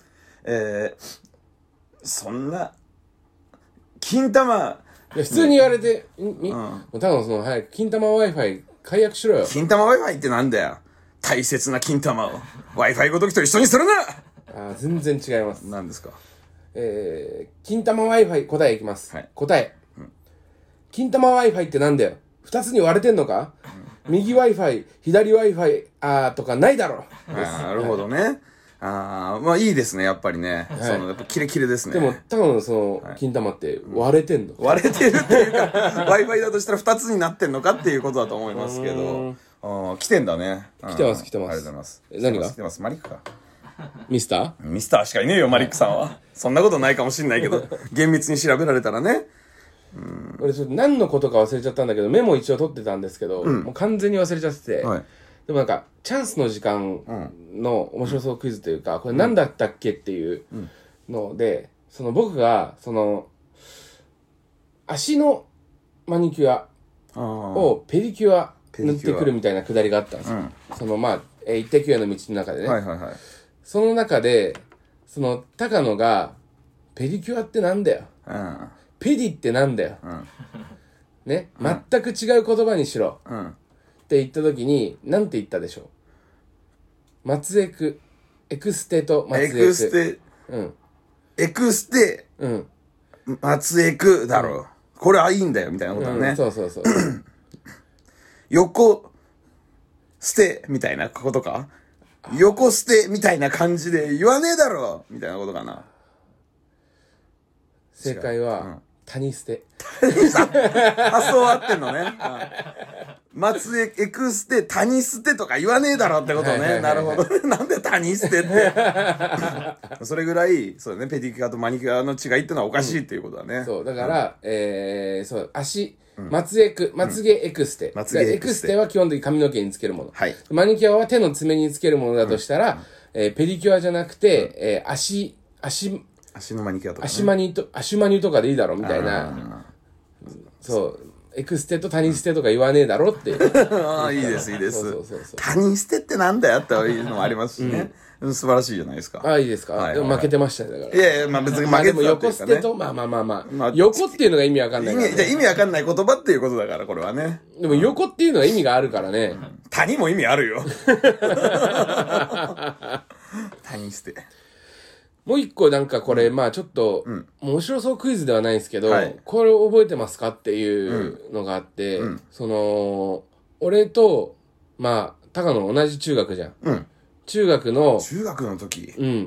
そんな、金玉、 いや普通に言われて、もう多分早く金玉 Wi-Fi 解約しろよ。 金玉 Wi-Fi ってなんだよ。大切な金玉を Wi-Fi ごときと一緒にするな。 全然違います。 何ですか？ 金玉 Wi-Fi 答えいきます。答え。金玉 Wi-Fi ってなんだよ。二つに割れてんのか？ 右 Wi-Fi、左 Wi-Fi、とかないだろう。 なるほどね。まあいいですね、やっぱりね。 はい、 やっぱキレキレですね。 でも、多分金玉って割れてんの、 割れてるっていうか、Wi-Fi だとしたら2つになってんのかっていうことだと思いますけど。来てんだね。 来てます。 ありがとうございます。 何が来てます。マリックか。 ミスターしかいねえよ、マリックさんは。そんなことないかもしんないけど、厳密に調べられたらね。 俺ちょっと何のことか忘れちゃったんだけど、メモ一応取ってたんですけど、もう完全に忘れちゃってて、でもなんか、チャンスの時間の面白そうクイズというか、これ何だったっけっていうので、僕が、足のマニキュアをペディキュア塗ってくるみたいなくだりがあったんですよ。一滴への道の中でね。その中で、高野が、ペディキュアってなんだよ。ペディってなんだよ。ね、全く違う言葉にしろ。って言った時に、なんて言ったでしょう。松江区。エクステと松江区。 エクステ、松江区だろう。これはいいんだよ、みたいなことだね。 そうそうそう。 横捨て、みたいなことか。横捨て、みたいな感じで言わねえだろみたいなことかな。 正解は、谷捨て。 発想合ってんのね。松江エクステ、谷捨てとか言わねえだろってことね。なるほど。なんで谷捨てって。それぐらい、そうだね、ペディキュアとマニキュアの違いってのはおかしいっていうことだね。 そう、だから、そう、足、松江区、まつげエクステ。エクステは基本的に髪の毛につけるもの。マニキュアは手の爪につけるものだとしたら、ペディキュアじゃなくて、足のマニキュアとか、ね。 足マニとかでいいだろ、みたいな。そう。エクステと谷捨てとか言わねえだろっていう。 ああ、いいです、いいです。谷捨てってなんだよっていうのもありますしね。素晴らしいじゃないですか。 ああ、いいですか。でも負けてましたね、だから。 いやいや、まあ別に負けてたっていうかね。 でも横捨てと、まあ、横っていうのが意味わかんないから、ね。 じゃ意味わかんない言葉っていうことだから、これはね。 でも横っていうのは意味があるからね。 谷も意味あるよ。谷捨て。 もう一個なんかこれ、まあちょっと、面白そうクイズではないんですけど、これ覚えてますかっていうのがあって、俺と、まあ、高野同じ中学じゃん。中学の時 2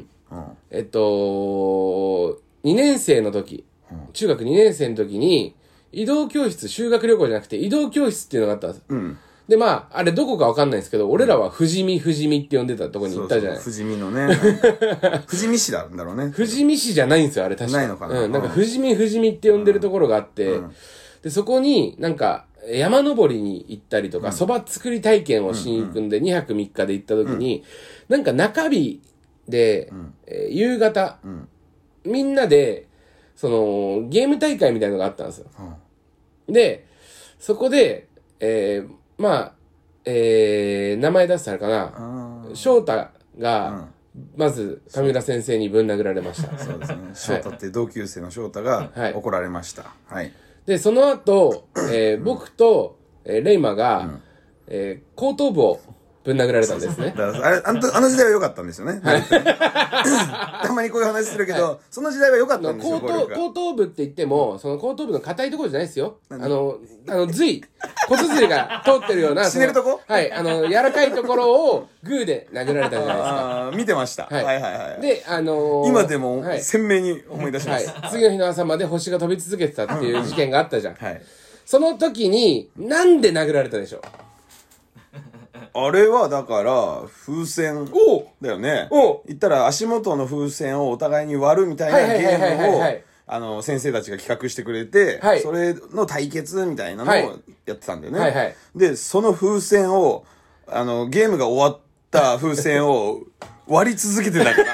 年生の時、中学2年生の時に、移動教室、修学旅行じゃなくて移動教室っていうのがあったんです。で、まあ、あれどこかわかんないんですけど、俺らは富士見って呼んでたとこに行ったじゃない。 富士見のね。富士見市なんだろうね。 富士見市じゃないんですよ、あれ確か。 ないのかな。 なんか富士見って呼んでるところがあって、で、そこになんか山登りに行ったりとか、蕎麦作り体験をしに行くんで、2泊3日で行った時に、なんか中日で、夕方、みんなで、ゲーム大会みたいなのがあったんですよ。で、そこで、まあ、名前出したらかな。翔太が、まず、上浦先生にぶん殴られました。 そうですね。翔太って同級生の翔太が怒られました。はい。 で、その後、僕と、レイマが、後頭部をぶん殴られたんですね。 あの時代は良かったんですよね。たまにこういう話するけど、その時代は良かったんですよ。 後頭部って言っても、その後頭部の硬いところじゃないですよ。髄、骨髄が通ってるような。 死ねるとこ？ はい。柔らかいところをグーで殴られたじゃないですか。 見てました。はいはいはい。 で、 今でも鮮明に思い出します。 次の日の朝まで星が飛び続けてたっていう事件があったじゃん。 はい。 その時に、なんで殴られたでしょう？ あれはだから風船だよね。言ったら足元の風船をお互いに割るみたいなゲームを先生たちが企画してくれて、それの対決みたいなのをやってたんだよね。で、その風船をゲームが終わった風船を割り続けてたから。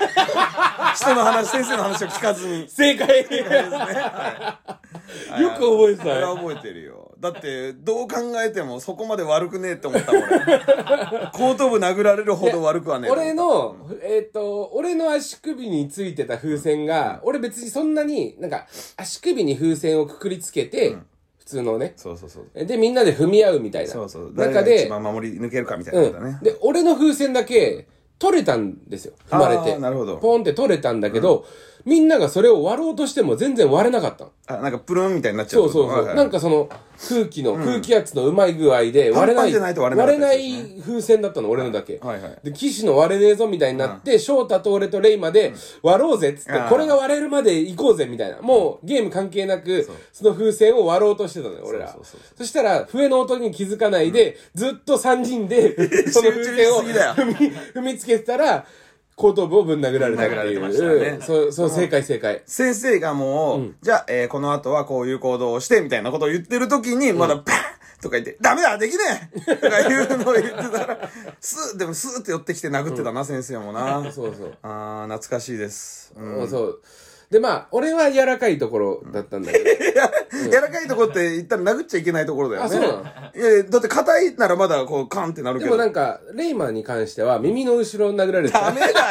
人の話、先生の話を聞かずに。 正解ですね。よく覚えてたよ。 俺は覚えてるよ。だって、どう考えてもそこまで悪くねえって思ったもん、俺。後頭部殴られるほど悪くはねえ。 俺の足首についてた風船が、俺別にそんなに、なんか、足首に風船をくくりつけて、普通のね。 そうそうそう。 で、みんなで踏み合うみたいな。 そうそう。誰が一番守り抜けるかみたいなことだね。 で、俺の風船だけ、取れたんですよ。踏まれて。 なるほど。 ポンって取れたんだけど、みんながそれを割ろうとしても全然割れなかったの。 なんかプルンみたいになっちゃう。 そう。なんか空気圧のうまい具合で割れない風船だったの、俺のだけ。で、岸の割れねえぞみたいになって、翔太と俺とレイまで割ろうぜっつって、これが割れるまで行こうぜみたいな。もうゲーム関係なく、その風船を割ろうとしてたのよ、俺ら。そしたら、笛の音に気づかないで、ずっと3人で、その風船を踏みつけてたら、後頭部をぶん殴られたっていう。そう、正解。 先生がもう、じゃあ、この後はこういう行動をして、みたいなことを言ってる時に、まだ、パーとか言って、ダメだできねえとかいうのを言ってたら、でもスーって寄ってきて殴ってたな、先生もな。 そう。 懐かしいです。 そう。で、まあ、俺は柔らかいところだったんだけど。 柔らかいところって言ったら殴っちゃいけないところだよね。 そうなの？ いや、だって硬いならまだこう、カンってなるけど。 でもなんか、レイマンに関しては耳の後ろを殴られてた。 ダメだよ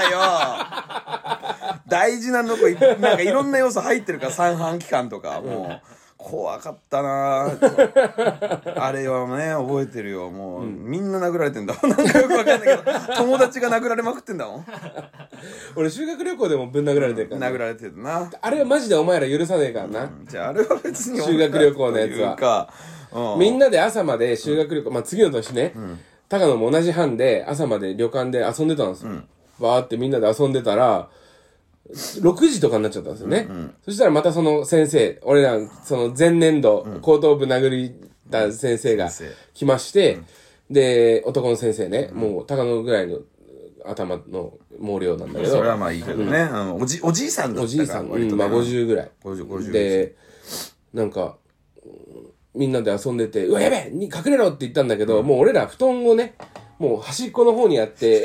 大事なのこ、なんかいろんな要素入ってるから、三半規管とか、もう。怖かったなあれはね、覚えてるよ。もう、みんな殴られてんだもん。なんかよくわかんないけど、友達が殴られまくってんだもん。 俺、修学旅行でもぶん殴られてるから、 殴られてるな。 あれはマジでお前ら許さねえからな。 じゃあ、あれは別に修学旅行のやつは。みんなで朝まで修学旅行、まあ次の年ね、高野も同じ班で朝まで旅館で遊んでたんですよ。バーってみんなで遊んでたら、6時とかになっちゃったんですよね。そしたらまたその先生、俺ら、その前年度、後頭部殴りた先生が来まして、で、男の先生ね、もう高野ぐらいの頭の毛量なんだけど。 それはまあいいけどね。おじいさんだったから。 おじいさん、まあ50ぐらい。50で、なんか、みんなで遊んでて、うわ、やべえ隠れろって言ったんだけど、もう俺ら布団をね、もう端っこの方にあって、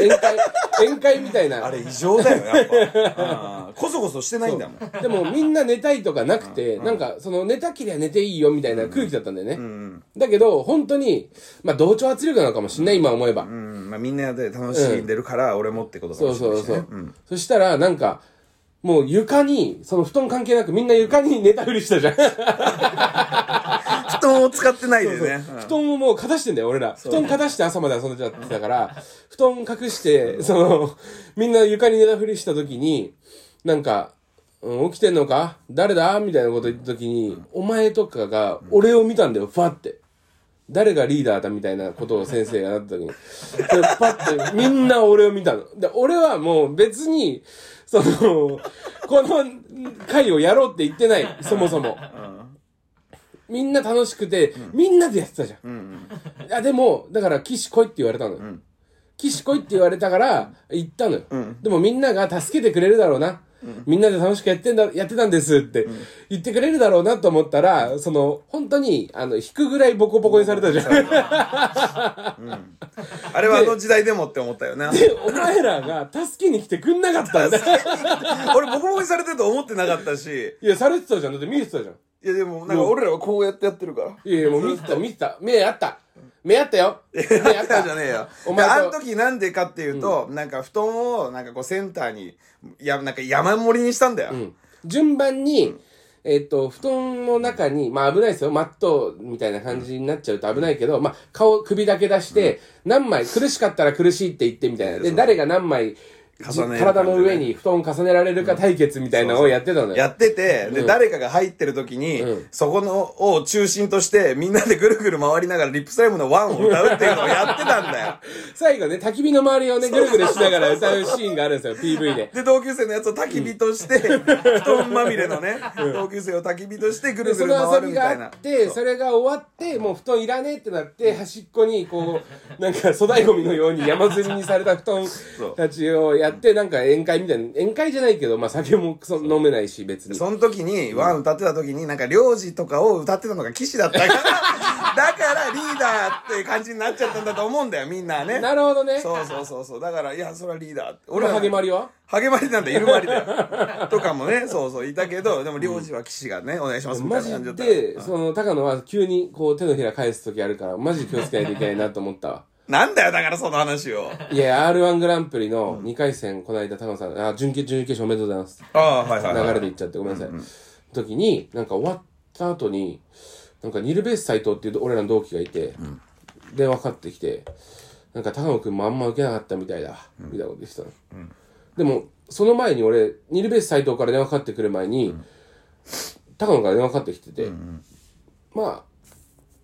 宴会みたいな。 あれ異常だよ、やっぱ。こそこそしてないんだもん。 でもみんな寝たいとかなくて、なんかその寝たきりは寝ていいよみたいな空気だったんだよね。だけど、本当に、まあ同調圧力なのかもしんない、今思えば。 まあみんなで楽しんでるから、俺もってことかもしれない。 そう。そしたら、なんか、もう床に、その布団関係なくみんな床に寝たふりしたじゃん。 布団を使ってないでね。 布団をもうかたしてんだよ、俺ら。布団かたして朝まで遊んでちゃってたから、布団隠して、みんな床に寝たふりした時に、なんか、起きてんのか誰だみたいなこと言った時に、お前とかが俺を見たんだよ、ファって。誰がリーダーだみたいなことを先生がなった時に、パッてみんな俺を見たの。で、俺はもう別に、この会をやろうって言ってない、そもそも。みんな楽しくて、みんなでやってたじゃん。でも、だから、岸来いって言われたのよ。岸来いって言われたから、行ったのよ。でもみんなが助けてくれるだろうな。みんなで楽しくやってたんですって言ってくれるだろうなと思ったら、本当に、引くぐらいボコボコにされたじゃん。 あれはあの時代でもって思ったよね。 で、お前らが助けに来てくんなかったんだ。 俺ボコボコにされてると思ってなかったし。 いや、されてたじゃん。だって見えてたじゃん。 いや、でも、なんか俺らはこうやってやってるから。 いや、もう見てた。目あった。目あったよ。 目あったじゃねえよ。お前あの時なんでかっていうと、なんか布団を、なんかこうセンターに、なんか山盛りにしたんだよ。 順番に、布団の中に、まあ危ないですよ。マットみたいな感じになっちゃうと危ないけど、まあ首だけ出して、何枚、苦しかったら苦しいって言ってみたいな。で、誰が何枚、体の上に布団重ねられるか対決みたいなのをやってたのよ。 やってて、で、誰かが入ってる時に、そこを中心として、みんなでぐるぐる回りながらリップスライムのワンを歌うっていうのをやってたんだよ。 最後ね、焚き火の周りをね、ぐるぐるしながら歌うシーンがあるんですよ、PV で。 で、同級生のやつを焚き火として、布団まみれのね、同級生を焚き火としてぐるぐる回るみたいな。 その遊びがあって、それが終わって、もう布団いらねえってなって、端っこに、こう、なんか粗大ゴミのように山積みにされた布団たちをやって、なんか宴会みたいな、宴会じゃないけど、まあ酒も飲めないし、別に。 その時に、ワン歌ってた時に、なんか、領事とかを歌ってたのが騎士だったから、だからリーダーって感じになっちゃったんだと思うんだよ、みんなね。 なるほどね。 そう。だから、いや、それはリーダーって。 俺は励まりは励まりなんだ、ゆるまりだよ。とかもね、いたけど、でも、領事は騎士がね、お願いしますみたいな感じだった。 マジで、高野は急にこう手のひら返す時あるから、マジ気をつけないといけないなと思ったわ。 なんだよ、だからその話を。 いや、R1 グランプリの2回戦、この間、高野さん、準決勝おめでとうございます。流れで言っちゃってごめんなさい。時に、なんか終わった後に、なんかニルベース斎藤っていう俺らの同期がいて、電話かかってきて、なんか高野くんもあんま受けなかったみたいだ、みたいなこと言ってたの。でも、その前に俺、ニルベース斎藤から電話かかってくる前に、高野から電話かかってきてて、まあ、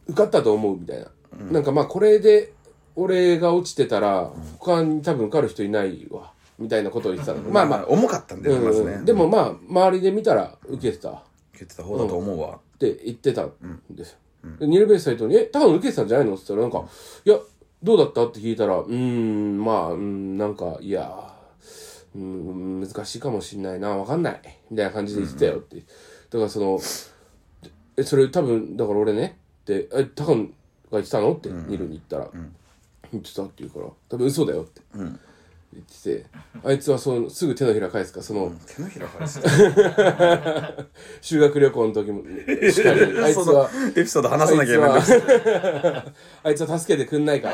受かったと思うみたいな、なんかまあこれで俺が落ちてたら他に多分受かる人いないわみたいなことを言ってたの。まあまあ重かったんだよ、まずね。 でもまあ周りで見たら受けてた受けてた方だと思うわって言ってたんですよ。でニルベースサイトに高野受けてたんじゃないのって言ったらなんかいやどうだったって聞いたらまあなんかいや難しいかもしんないなわかんないみたいな感じで言ってたよって、だからそのそれ多分だから俺ねって高野が言ってたのってニルに言ったら、言ってたって言うから多分嘘だよって言ってて、あいつはすぐ手のひら返すから手のひら返す修学旅行の時もしっかりあいつはエピソード話さなきゃいけないあいつは助けてくんないから、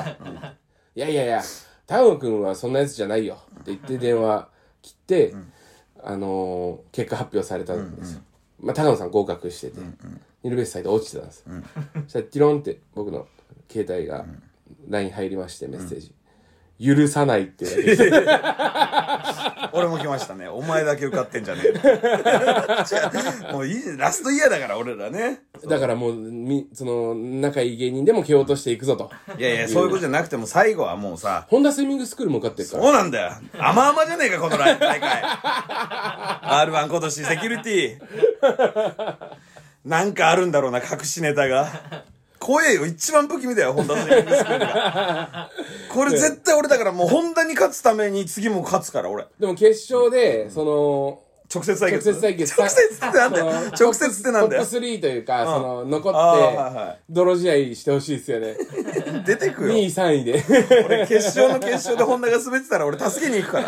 いや高野くんはそんなやつじゃないよって言って電話切って、結果発表されたんですよ。まあ高野さん合格してて、ニルベースサイト落ちてたんです。そしたらティロンって僕の携帯が LINE 入りましてメッセージ、許さないっていうだけで俺も来ましたね。お前だけ受かってんじゃねえもういいラストイヤーだから俺らね。 だからもうその仲いい芸人でも蹴落としていくぞと。 いやそういうことじゃなくても最後はもうさ、 ホンダスイミングスクールも受かってるから。 そうなんだよ。甘々じゃねえかこの大会R1 今年セキュリティなんかあるんだろうな、隠しネタが。怖えよ、一番不気味だよ、ホンダスイミングスクールが。これ絶対俺だからもうホンダに勝つために次も勝つから俺。 でも決勝で、 直接対決直接ってなんだよ。直接ってなんだよ。 トップ3というか、残って、泥試合してほしいですよね。 出てくよ。 2位、3位で。 俺決勝の決勝でホンダが滑ってたら俺助けに行くから。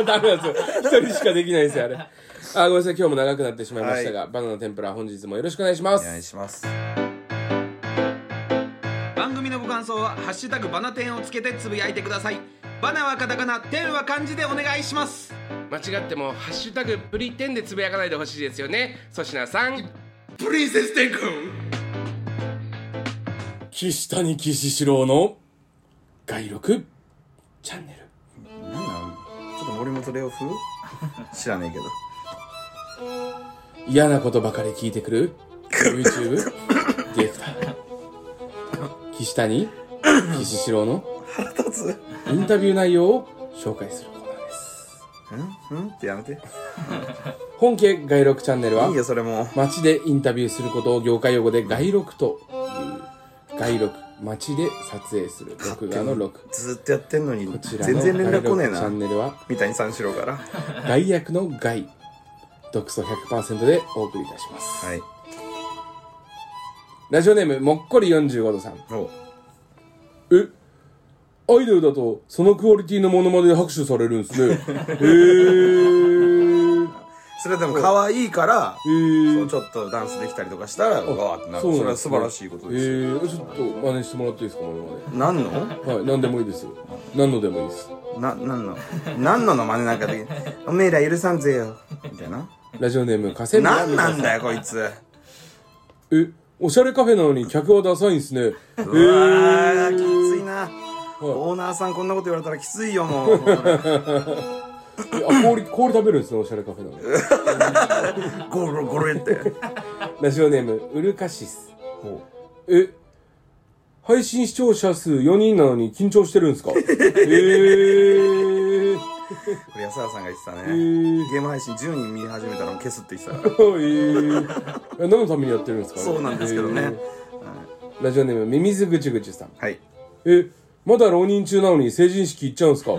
ダメなんですよ。一人しかできないんですよ、あれ。ごめんなさい、今日も長くなってしまいましたが、バナナの天ぷら本日もよろしくお願いします。 お願いします。番組のご感想はハッシュタグバナテンをつけてつぶやいてください。バナはカタカナ、テンは漢字でお願いします。 間違ってもハッシュタグプリテンでつぶやかないでほしいですよね。粗品さん。 プリンセステン君。 岸谷岸四郎の外録チャンネル。 なんなんちょっと森本レオ風知らねえけど。 嫌なことばかり聞いてくる YouTube ディレクター岸谷岸四郎の腹立つインタビュー内容を紹介するコーナーです。 ってやめて。 本家外録チャンネルはいいよそれも街でインタビューすることを業界用語で外録という。外録、街で撮影する録画の録。 ずっとやってんのにこちら全然連絡来ねえな。 チャンネルは三谷三四郎から外役の外、独ソ 100% でお送りいたします。 はい。 ラジオネームもっこり45度さん。アイドルだとそのクオリティのモノマネで拍手されるんですね。 それでも可愛いから、そうちょっとダンスできたりとかしたらわーってなる。それは素晴らしいことですよ。 ちょっと真似してもらっていいですか、モノマネ。何の？ はい、何でもいいですよ。何のでもいいです。 何の真似なんかで、おめえら許さんぜよみたいな。 ラジオネームカセミヤ。 何なんだよこいつ。 おしゃれカフェなのに客はダサいんすね。 うわーきついな。オーナーさんこんなこと言われたらきついよもう。 氷食べるんですね、おしゃれカフェなのに。 ゴロエって。 ラジオネームウルカシス。配信視聴者数4人なのに緊張してるんですか？ これ安田さんが言ってたね。ゲーム配信10人見始めたら消すって言ってたから何のためにやってるんですか？ そうなんですけどね。 ラジオネームミミズぐちゅぐちゅさん。 はい。 まだ浪人中なのに成人式行っちゃうんですか？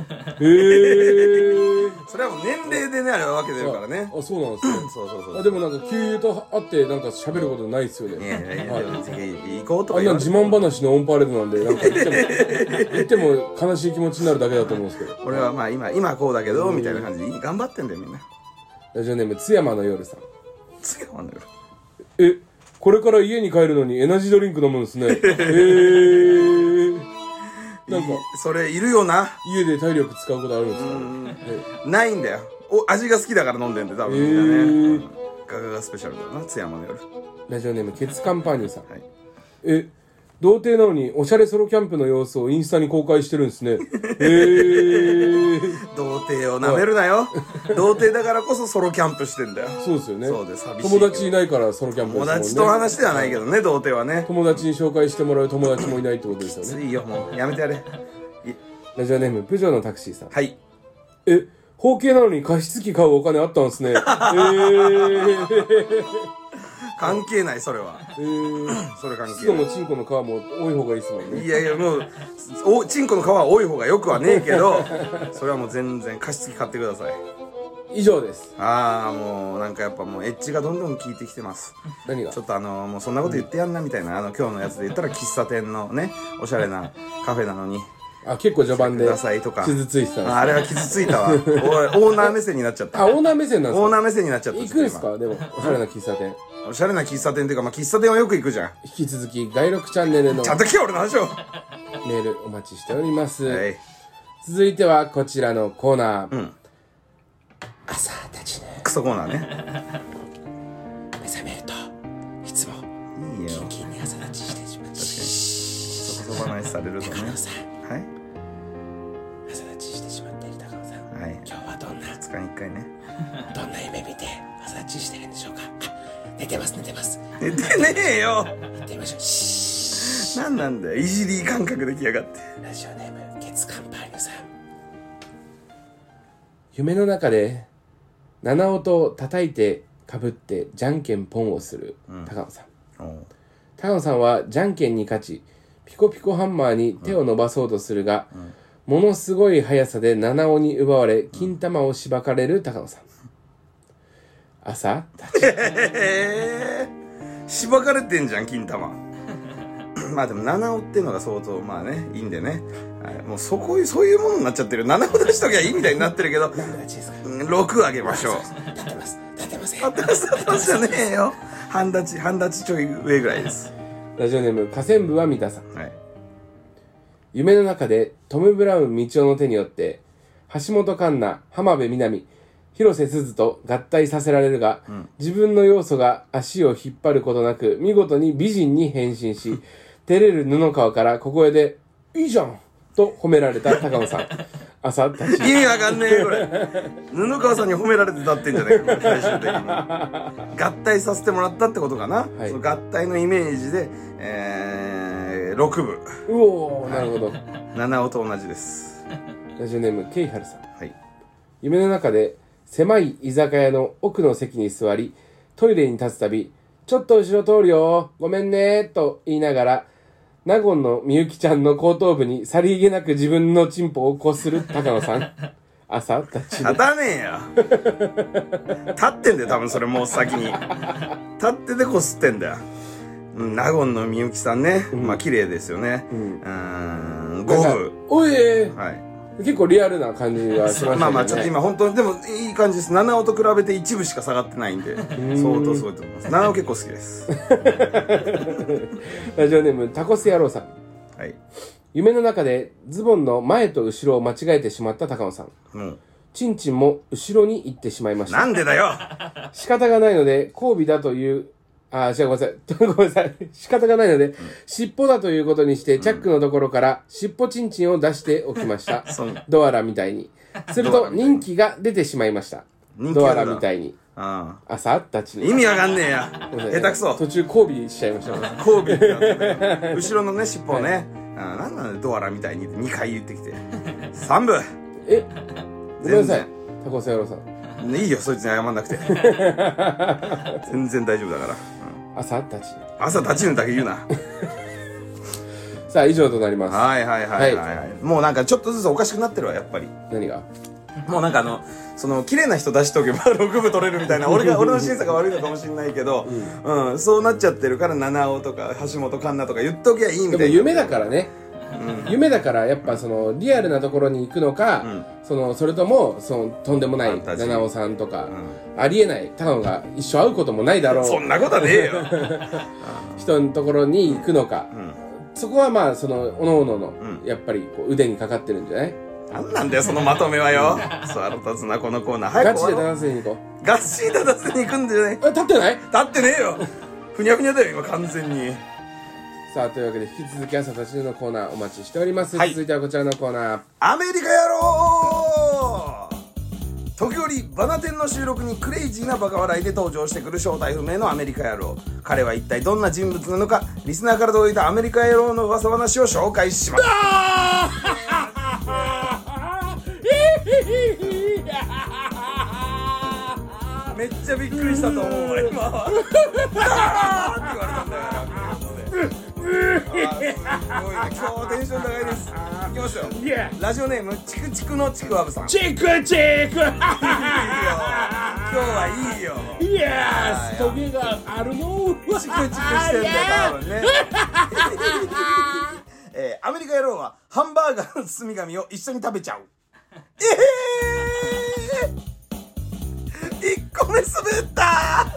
それはもう年齢でねあれわけでるからね。 あ、そうなんですね。 そう。 でもなんか給油と会ってなんか喋ることないっすよね。 行こうとか。 あんな自慢話のオンパレードなんでなんか言っても悲しい気持ちになるだけだと思うんですけど。 俺はまあ今こうだけどみたいな感じで頑張ってんだよみんな。 ラジオネーム津山の夜さん。 津山の夜。 これから家に帰るのにエナジードリンク飲むんですね。なんかそれいるよな。 家で体力使うことあるんですか？ ないんだよ。味が好きだから飲んでんで多分みんなね。ガガガスペシャルだな津山の夜。 ラジオネームケツカンパーニュさん。 はい。 童貞なのにおしゃれソロキャンプの様子をインスタに公開してるんですね。 童貞を舐めるなよ。童貞だからこそソロキャンプしてんだよ。 そうですよね。 そうです。 友達いないからソロキャンプですもんね。 友達と話ではないけどね、童貞はね。 友達に紹介してもらう友達もいないってことですよね。 いいよ、もうやめてやれ。 ラジオネームプジョーのタクシーさん。 はい。 包茎なのに加湿器買うお金あったんですね。 関係ない、それは。それ関係ない。 湿度もチンコの皮も多い方がいいですもんね。 いやいや、もうチンコの皮は多い方がよくはねえけど、それはもう全然加湿器買ってください。 以上です。 もうなんかやっぱもうエッジがどんどん効いてきてます。 何が？ ちょっともうそんなこと言ってやんなみたいな、今日のやつで言ったら喫茶店のね、おしゃれなカフェなのに。 結構序盤でくださいとか傷ついてたんです。 あれは傷ついたわ。オーナー目線になっちゃった。 オーナー目線なんですか？ オーナー目線になっちゃった。 行くんすか？でもおしゃれな喫茶店。 おしゃれな喫茶店っていうか、喫茶店はよく行くじゃん。 引き続き外録チャンネルのちゃんと聞け俺の話を。 メールお待ちしております。 はい、 続いてはこちらのコーナー。朝たちね。 クソコーナーね。 目覚めるといつもいいよ。 キンキンに朝立ちしてしまって。 そこそば話されるとね。はい。 朝立ちしてしまっている高野さん。 はい。 今日はどんな 2日に1回ね。 どんな夢見て朝立ちしてるんでしょうか。寝てます。 寝てねえよ。 行ってみましょう。 なんなんだよ、いじり感覚できやがって。 ラジオネームケツカンパーニュさん。夢の中で七音を叩いてかぶってじゃんけんポンをする高野さん。高野さんはじゃんけんに勝ち、ピコピコハンマーに手を伸ばそうとするが、ものすごい速さで七尾に奪われ金玉をしばかれる高野さん。朝立ちしばかれてんじゃん金玉。まあでも七尾っていうのが相当まあねいいんでね、はい、もうそういうものになっちゃってる。七尾出しときゃいいみたいになってるけど、6あげましょう。 立ってます。立ってません。 立ってますじゃねえよ。半立ちちょい上ぐらいです。 ラジオネーム河川部は三田さん。 はい。 夢の中でトム・ブラウン道夫の手によって橋本環奈、浜辺美波、広瀬すずと合体させられるが、自分の要素が足を引っ張ることなく見事に美人に変身し、照れる布川から小声でいいじゃんと褒められた高野さん。朝立ち。 意味わかんねえこれ。布川さんに褒められて立ってんじゃないか、最終的に。合体させてもらったってことかな。はい、その合体のイメージで、6部。 うおー、なるほど。 七尾と同じです。 ラジオネームケイハルさん。 はい。 夢の中で狭い居酒屋の奥の席に座り、トイレに立つたび、ちょっと後ろ通るよ、ごめんね、と言いながら、納言のみゆきちゃんの後頭部にさりげなく自分のチンポをこする高野さん。朝立ち。 立たねえよ。立ってんだよ、多分それもう先に。立っててこすってんだよ。納言のみゆきさんね。まあ綺麗ですよね。5部。 おい、 はい。 結構リアルな感じがしましたね。 まあまあちょっと今本当にでもいい感じです。七尾と比べて一部しか下がってないんで相当すごいと思います。七尾結構好きです。 ラジオネームタコス野郎さん。 はい。 夢の中でズボンの前と後ろを間違えてしまった高野さん。チンチンも後ろに行ってしまいました。 なんでだよ。 仕方がないので交尾だというごめんなさい。ごめんなさい。仕方がないので、尻尾だということにして、チャックのところから尻尾チンチンを出しておきました。ドアラみたいに。すると、人気が出てしまいました。ドアラみたいに。朝立ち。 意味わかんねえや。下手くそ。 途中交尾しちゃいました。 交尾ってなって後ろのね、尻尾をね、なんなんだドアラみたいに2回言ってきて。3部。 ごめんなさい。タコス野郎さん。 いいよ、そいつに謝んなくて。全然大丈夫だから。 朝立ち。 朝立ちぬだけ言うな。 さあ、以上となります。 はい。もうなんかちょっとずつおかしくなってるわ、やっぱり。 何が？ もうなんか綺麗な人出しておけば6部取れるみたいな、俺の審査が悪いのかもしれないけど、そうなっちゃってるから、七尾とか橋本環奈とか言っときゃいいみたいな。 でも夢だからね。夢だからやっぱリアルなところに行くのか、それともとんでもない七尾さんとか、ありえない高野が一生会うこともないだろうそんなことはねえよ人のところに行くのか、そこはまあおのおののやっぱり腕にかかってるんじゃない？ なんだよそのまとめはよ。腹立つなこのコーナー。 ガチで立たせに行こう。ガチで立たせに行くんじゃない？ 立ってない？ 立ってねえよ。ふにゃふにゃだよ今完全に。 さあというわけで引き続き朝たちのコーナーお待ちしております、 はい、 続いてはこちらのコーナー、 アメリカ野郎。時折バナテンの収録にクレイジーなバカ笑いで登場してくる正体不明のアメリカ野郎。彼は一体どんな人物なのか、リスナーから届いたアメリカ野郎の噂話を紹介します。めっちゃびっくりしたと思うわ今は。って言われたんだからすごいね、今日はテンション高いです。いきますよ、ラジオネームチクチクのちくわぶさん。 チクチク今日はいいよ。 イエストゲがあるのチクチクしてんだよ多分ね。アメリカ野郎はハンバーガーの包み紙を一緒に食べちゃう。1個目滑った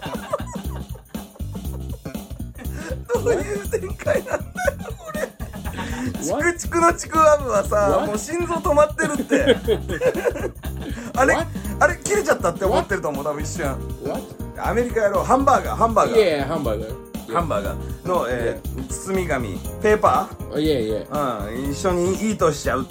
どういう展開なんだよこれ。チクチクのちくわぶはさ、もう心臓止まってるってあれ切れちゃったって思ってると思う多分一瞬。アメリカ野郎ハンバーガーハンバーガーの、包み紙ペーパー一緒にイートしちゃうって。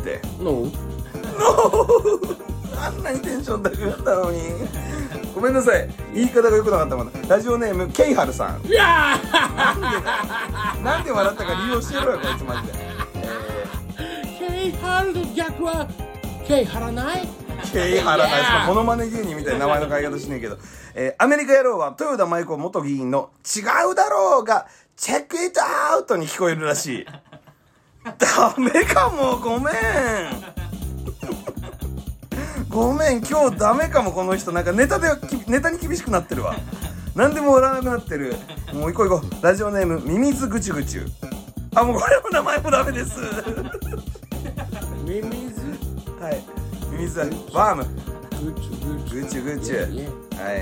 あんなにテンション高かったのにごめんなさい、言い方が良くなかったもん。ラジオネームケイハルさん。なんで笑ったか理由教えろよこいつマジで。 ケイハルの逆はケイハラない。 ケイハラないですか。モノマネ芸人みたいな名前の変え方しねえけど、アメリカ野郎は豊田舞子元議員の違うだろうがチェックイットアウトに聞こえるらしい。ダメかも、ごめんごめん、今日ダメかも。この人なんかネタに厳しくなってるわ。何でも笑わなくなってる。もう行こう。ラジオネームミミズぐちゅぐちゅ。あ、もうこれも名前もダメです。 ミミズ、 はい、ミミズバームぐちゅぐちゅ。はい、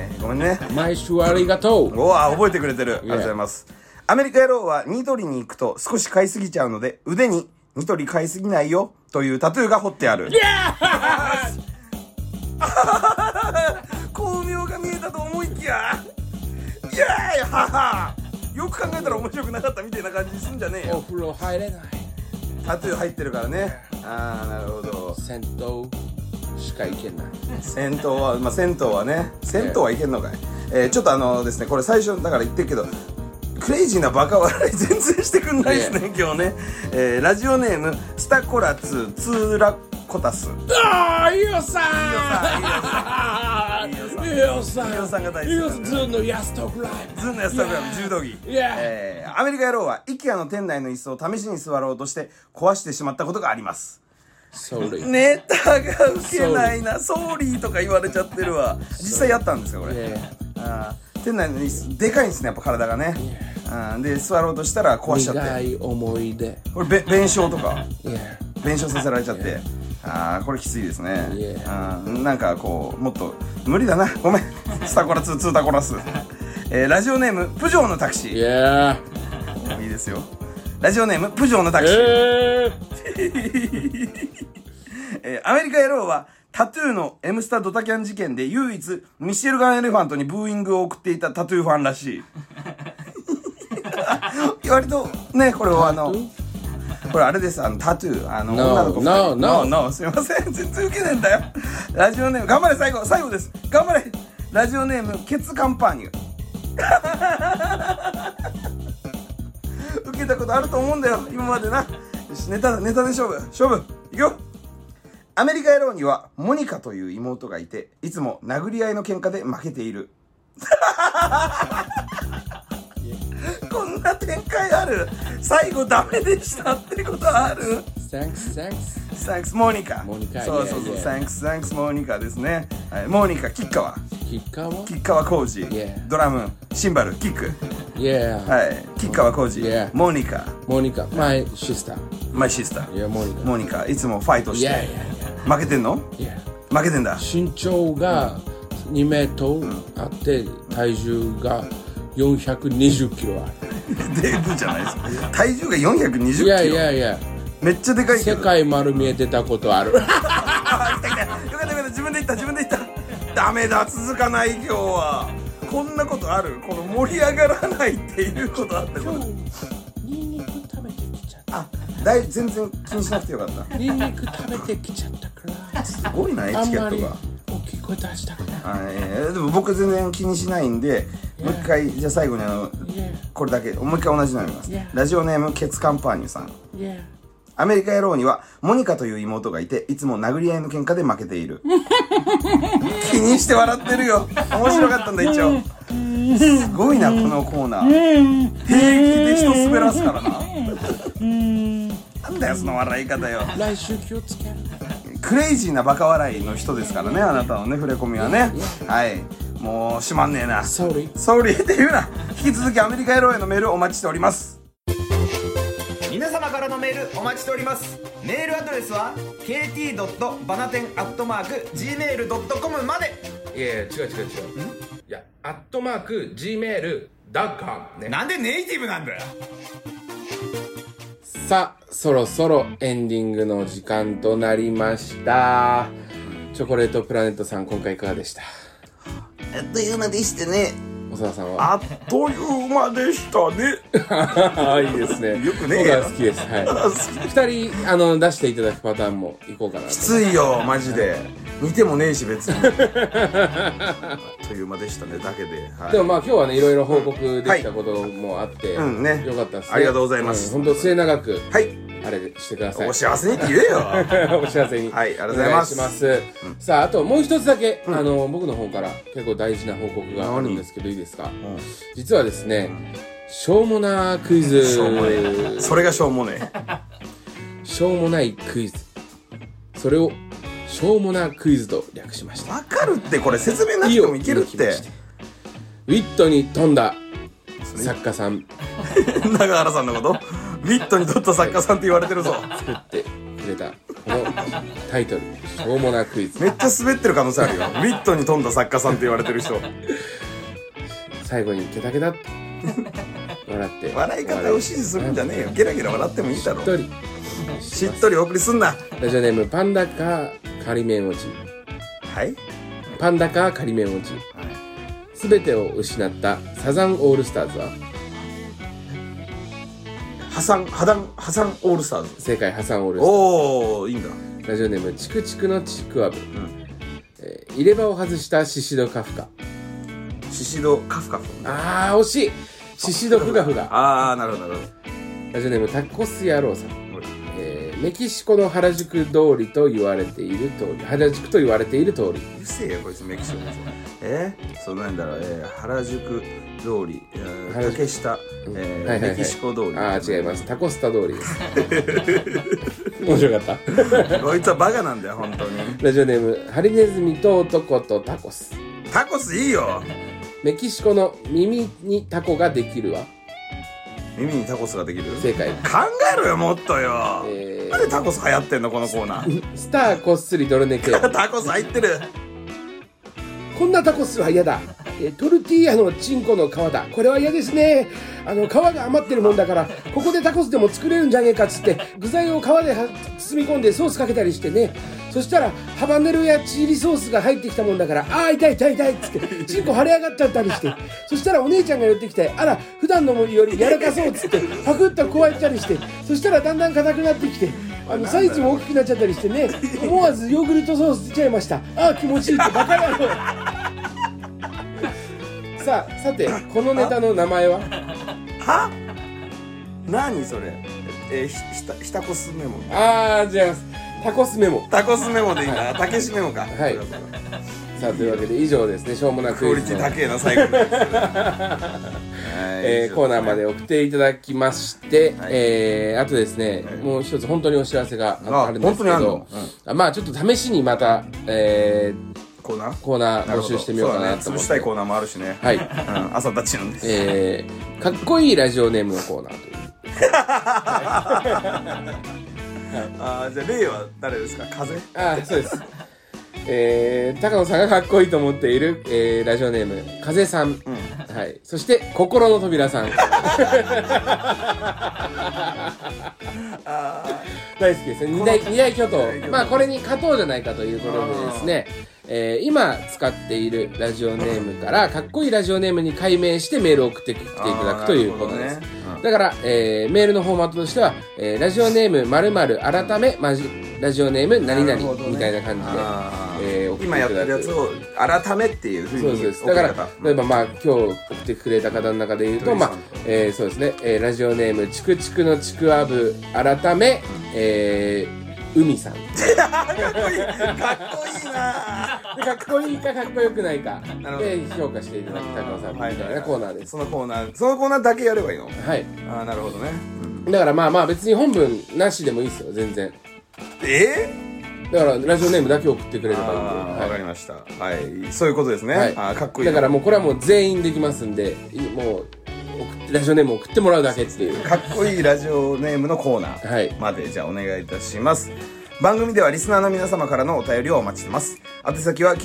ごめんね。 毎週ありがとう。 おわ、覚えてくれてる。ありがとうございます。アメリカ野郎はニトリに行くと少し買いすぎちゃうので、腕にニトリ買いすぎないよというタトゥーが彫ってある。巧妙が見えたと思いきや、イエーイはは。よく考えたら面白くなかったみたいな感じすんじゃねえよ。 お風呂入れない。 タトゥー入ってるからね。ああ、なるほど。 銭湯しか行けない。 銭湯は、まあ銭湯はね、銭湯は行けんのかい。ちょっとですね、これ最初だから言ってるけど、クレイジーなバカ笑い全然してくんないですね、今日ね。ラジオネームスタコラツツーラコタス。 ああ、いいよさん。 いいよさんが大好き。ズンのヤストクライブ。 柔道着。アメリカ野郎は IKEA の店内の椅子を試しに座ろうとして壊してしまったことがあります。ネタがウケないな。ソーリーとか言われちゃってるわ。実際やったんですかこれ。店内の椅子でかいんですね、やっぱ体がね。で座ろうとしたら壊しちゃって。 苦い思い出。 これ弁償とか弁償させられちゃって、これきついですね。なんかこうもっと無理だな、ごめん。スタコラツータコラス。ラジオネームプジョーのタクシー。いいですよ。ラジオネームプジョーのタクシー。アメリカ野郎はタトゥーの M スタドタキャン事件で唯一ミシェルガン・エレファントにブーイングを送っていたタトゥーファンらしい。割とね、これはこれあれです、タトゥー、女の子No、すいません、全然ウケねえんだよ。ラジオネーム、頑張れ、最後です、頑張れ。ラジオネームケツカンパーニュ。ウケたことあると思うんだよ今までな。よし、ネタで勝負いくよ。アメリカ野郎にはモニカという妹がいて、いつも殴り合いの喧嘩で負けている。こんな展開ある？最後ダメでしたってことある？ Thanks モニカ。そう、Thanks モニカですね。モニカ、吉川浩司、ドラム、シンバル、キック。吉川浩司、モニカ、 My sister。 モニカ、いつもファイトして。負けてんの？負けてんだ。 身長が2メートルあって、体重が420キロある。デブじゃないですか。体重が420キロ。めっちゃでかいけど。 世界丸見えてたことある。よかった、自分で言った。ダメだ、続かない今日は。こんなことある？この盛り上がらないっていうことあったこと。 ニンニク食べ全然気にしなくてよかった。 ニンニク食べてきちゃったからすごいな、エチケットが。 大きい声出したくない。 でも僕全然気にしないんで、もう一回、じゃあ最後にこれだけもう一回同じのやります。ラジオネームケツカンパーニュさん。アメリカ野郎にはモニカという妹がいて、いつも殴り合いの喧嘩で負けている。気にして笑ってるよ。面白かったんだ一応。すごいなこのコーナー。平気で人滑らすからな。なんだよその笑い方よ。 来週気をつける。 クレイジーなバカ笑いの人ですからね、あなたのね触れ込みはね。はい、もうしまんねえな。 ソーリーって言うな。引き続きアメリカ野郎へのメールお待ちしております。 皆様からのメールお待ちしております。メールアドレスは kt.banaten@gmail.com まで。 いやいや違ういや@gmail.com ね。 なんでネイティブなんだよ。 さあそろそろエンディングの時間となりました。チョコレートプラネットさん、今回いかがでした？ あっという間でしたね。 小沢さんは？ あっという間でしたね。 いいですね。 よくね。 僕は好きです。はい。2人出していただくパターンもいこうかなと。 きついよマジで。似てもねえし別に。あっという間でしたねだけで。はい、 でもまあ今日はねいろいろ報告できたこともあって、 ね、 よかったですね。 ありがとうございます。 本当末永く。 はい。 あれしてください。 お幸せにって言えよ。 お幸せに。 はい、ありがとうございます。 お願いします。さあ、あともう一つだけ、僕の方から結構大事な報告があるんですけど、いいですか？実はですね、しょうもなクイズ。 しょうもねえ。それがしょうもねえ。 しょうもないクイズ。それを、しょうもなクイズと略しました。 わかるって、これ説明なくてもいけるって。 ウィットに富んだ作家さん。 永原さんのこと？ウィットにとった作家さんって言われてるぞ。 作ってくれたこのタイトル、しょうもなクイズ。 めっちゃ滑ってる可能性あるよ。ウィットに富んだ作家さんって言われてる人。 最後にケタケタって笑って。 笑い方を指示するんじゃねえよ。ゲラゲラ笑ってもいいだろ。しっとりお送りすんな。 ラジオネームパンダカ仮面落ち。 はい。 パンダカ仮面落ち。すべてを失ったサザンオールスターズは？ ハサンオールスターズ。 正解、ハサンオールスターズ。 おー、いいんだ。 ラジオネームチクチクのちくわぶ。入れ歯を外したシシドカフカ。 シシドカフカ。 惜しい。シシドフガフガ。 なるほどなるほど。 ラジオネームタコス野郎さん。メキシコの原宿通りと言われている通り。原宿と言われている通り。 うるせえよこいつメキシコです。そうなんだろう。原宿通り、竹下、メキシコ通り。 違います。タコスタ通りです。面白かった。 こいつはバカなんだよ本当に。 ラジオネームハリネズミと男とタコス。 タコスいいよ。 メキシコの耳にタコができるわ。 耳にタコスができる？ 正解。 考えろよもっとよ。なんでタコス流行ってんのこのコーナー。 スターこっすり泥ネケ。 タコス入ってる。 こんなタコスは嫌だ。トルティーヤのチンコの皮だ。これは嫌ですね。皮が余ってるもんだからここでタコスでも作れるんじゃねえかっつって具材を皮で包み込んでソースかけたりしてね。そしたらハバネロやチリソースが入ってきたもんだから痛いっつってチンコ腫れ上がっちゃったりして、そしたらお姉ちゃんが寄ってきて普段のより柔らかそうっつってパクッと加えたりして、そしたらだんだん硬くなってきてサイズも大きくなっちゃったりしてね、思わずヨーグルトソース出ちゃいました。気持ちいいってバカ野郎。さてこのネタの名前は？ 何それ？ひたこすメモ。 違います。タコスメモ。 タコスメモでいいんだ。たけしメモか。 はい。さあというわけで以上ですね。しょうもなクイズのクオリティ高えな最後コーナーまで送っていただきまして、あとですね、もう一つ本当にお知らせがあるんですけど、まあちょっと試しにまたコーナー募集してみようかなと思って。 潰したいコーナーもあるしね。 はい。 朝立ちなんで。 かっこいいラジオネームのコーナーという。 じゃあ例は誰ですか？風？ そうです。高野さんがかっこいいと思っている、ラジオネーム風さん、はい。そして心の扉さん。大好きですね。二大巨頭。まあこれに勝とうじゃないかということでですね、今使っているラジオネームからかっこいいラジオネームに改名してメールを送ってきていただくということです。 だから、メールのフォーマットとしては、ラジオネーム〇〇改めラジオネーム何々みたいな感じで、 今やってるやつを改めっていうふうに。 そうです。だから例えばまあ今日送ってくれた方の中で言うと、まあ、そうですね、ラジオネームちくちくのちくわぶ改め、海さん。 かっこいいなかっこいいかかっこよくないかで評価していただきたい高尾さんみたいなコーナーです。 そのコーナーだけやればいいの？ はい。 なるほどね。 だからまあ別に本文なしでもいいですよ、全然。だからラジオネームだけ送ってくれればいいんで。 わかりました。はい、そういうことですね。かっこいい。 だからもうこれはもう全員できますんで、もうラジオネームを送ってもらうだけっていうかっこいいラジオネームのコーナーまで、じゃあお願いいたします。番組ではリスナーの皆様からのお便りをお待ちしてます。宛先は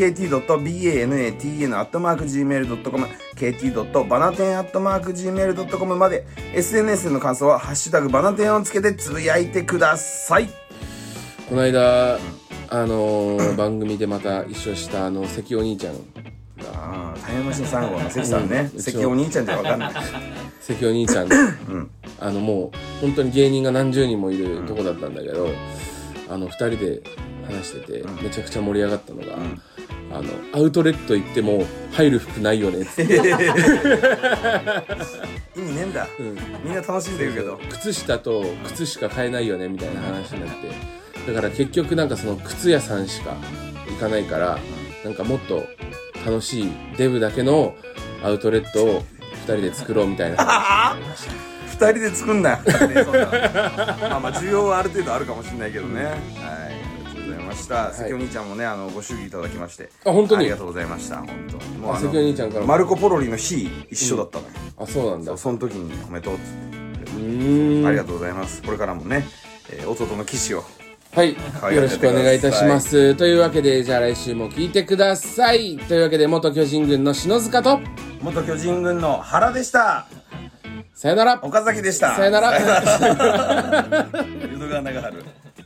kt.banatn@gmail.com kt.banaten@gmail.com まで。 SNS での感想はハッシュタグバナテンをつけてつぶやいてください。 この間番組でまた一緒した関お兄ちゃんタイムマシーン3号の関さんね。関お兄ちゃんじゃ分かんない。 関お兄ちゃんもう本当に芸人が何十人もいるとこだったんだけど、2人で話しててめちゃくちゃ盛り上がったのが、アウトレット行っても入る服ないよねって意味ねえんだ、みんな楽しんでるけど靴下と靴しか買えないよねみたいな話になって、だから結局なんかその靴屋さんしか行かないから、なんかもっと楽しいデブだけのアウトレットを2人で作ろうみたいな話になりました。 2人で作んなよまあ需要はある程度あるかもしれないけどね。はい、ありがとうございました。関お兄ちゃんもねご祝儀いただきまして本当にありがとうございました。本当もう関お兄ちゃんからマルコ・ポロリの日一緒だったのよ。 そうなんだ。 その時におめでとうってありがとうございます。これからもね弟の騎士をはい、よろしくお願いいたします。というわけで、じゃあ来週も聞いてください。というわけで、元巨人軍の篠塚と元巨人軍の原でした。 さよなら。 岡崎でした。 さよなら。 淀川長春。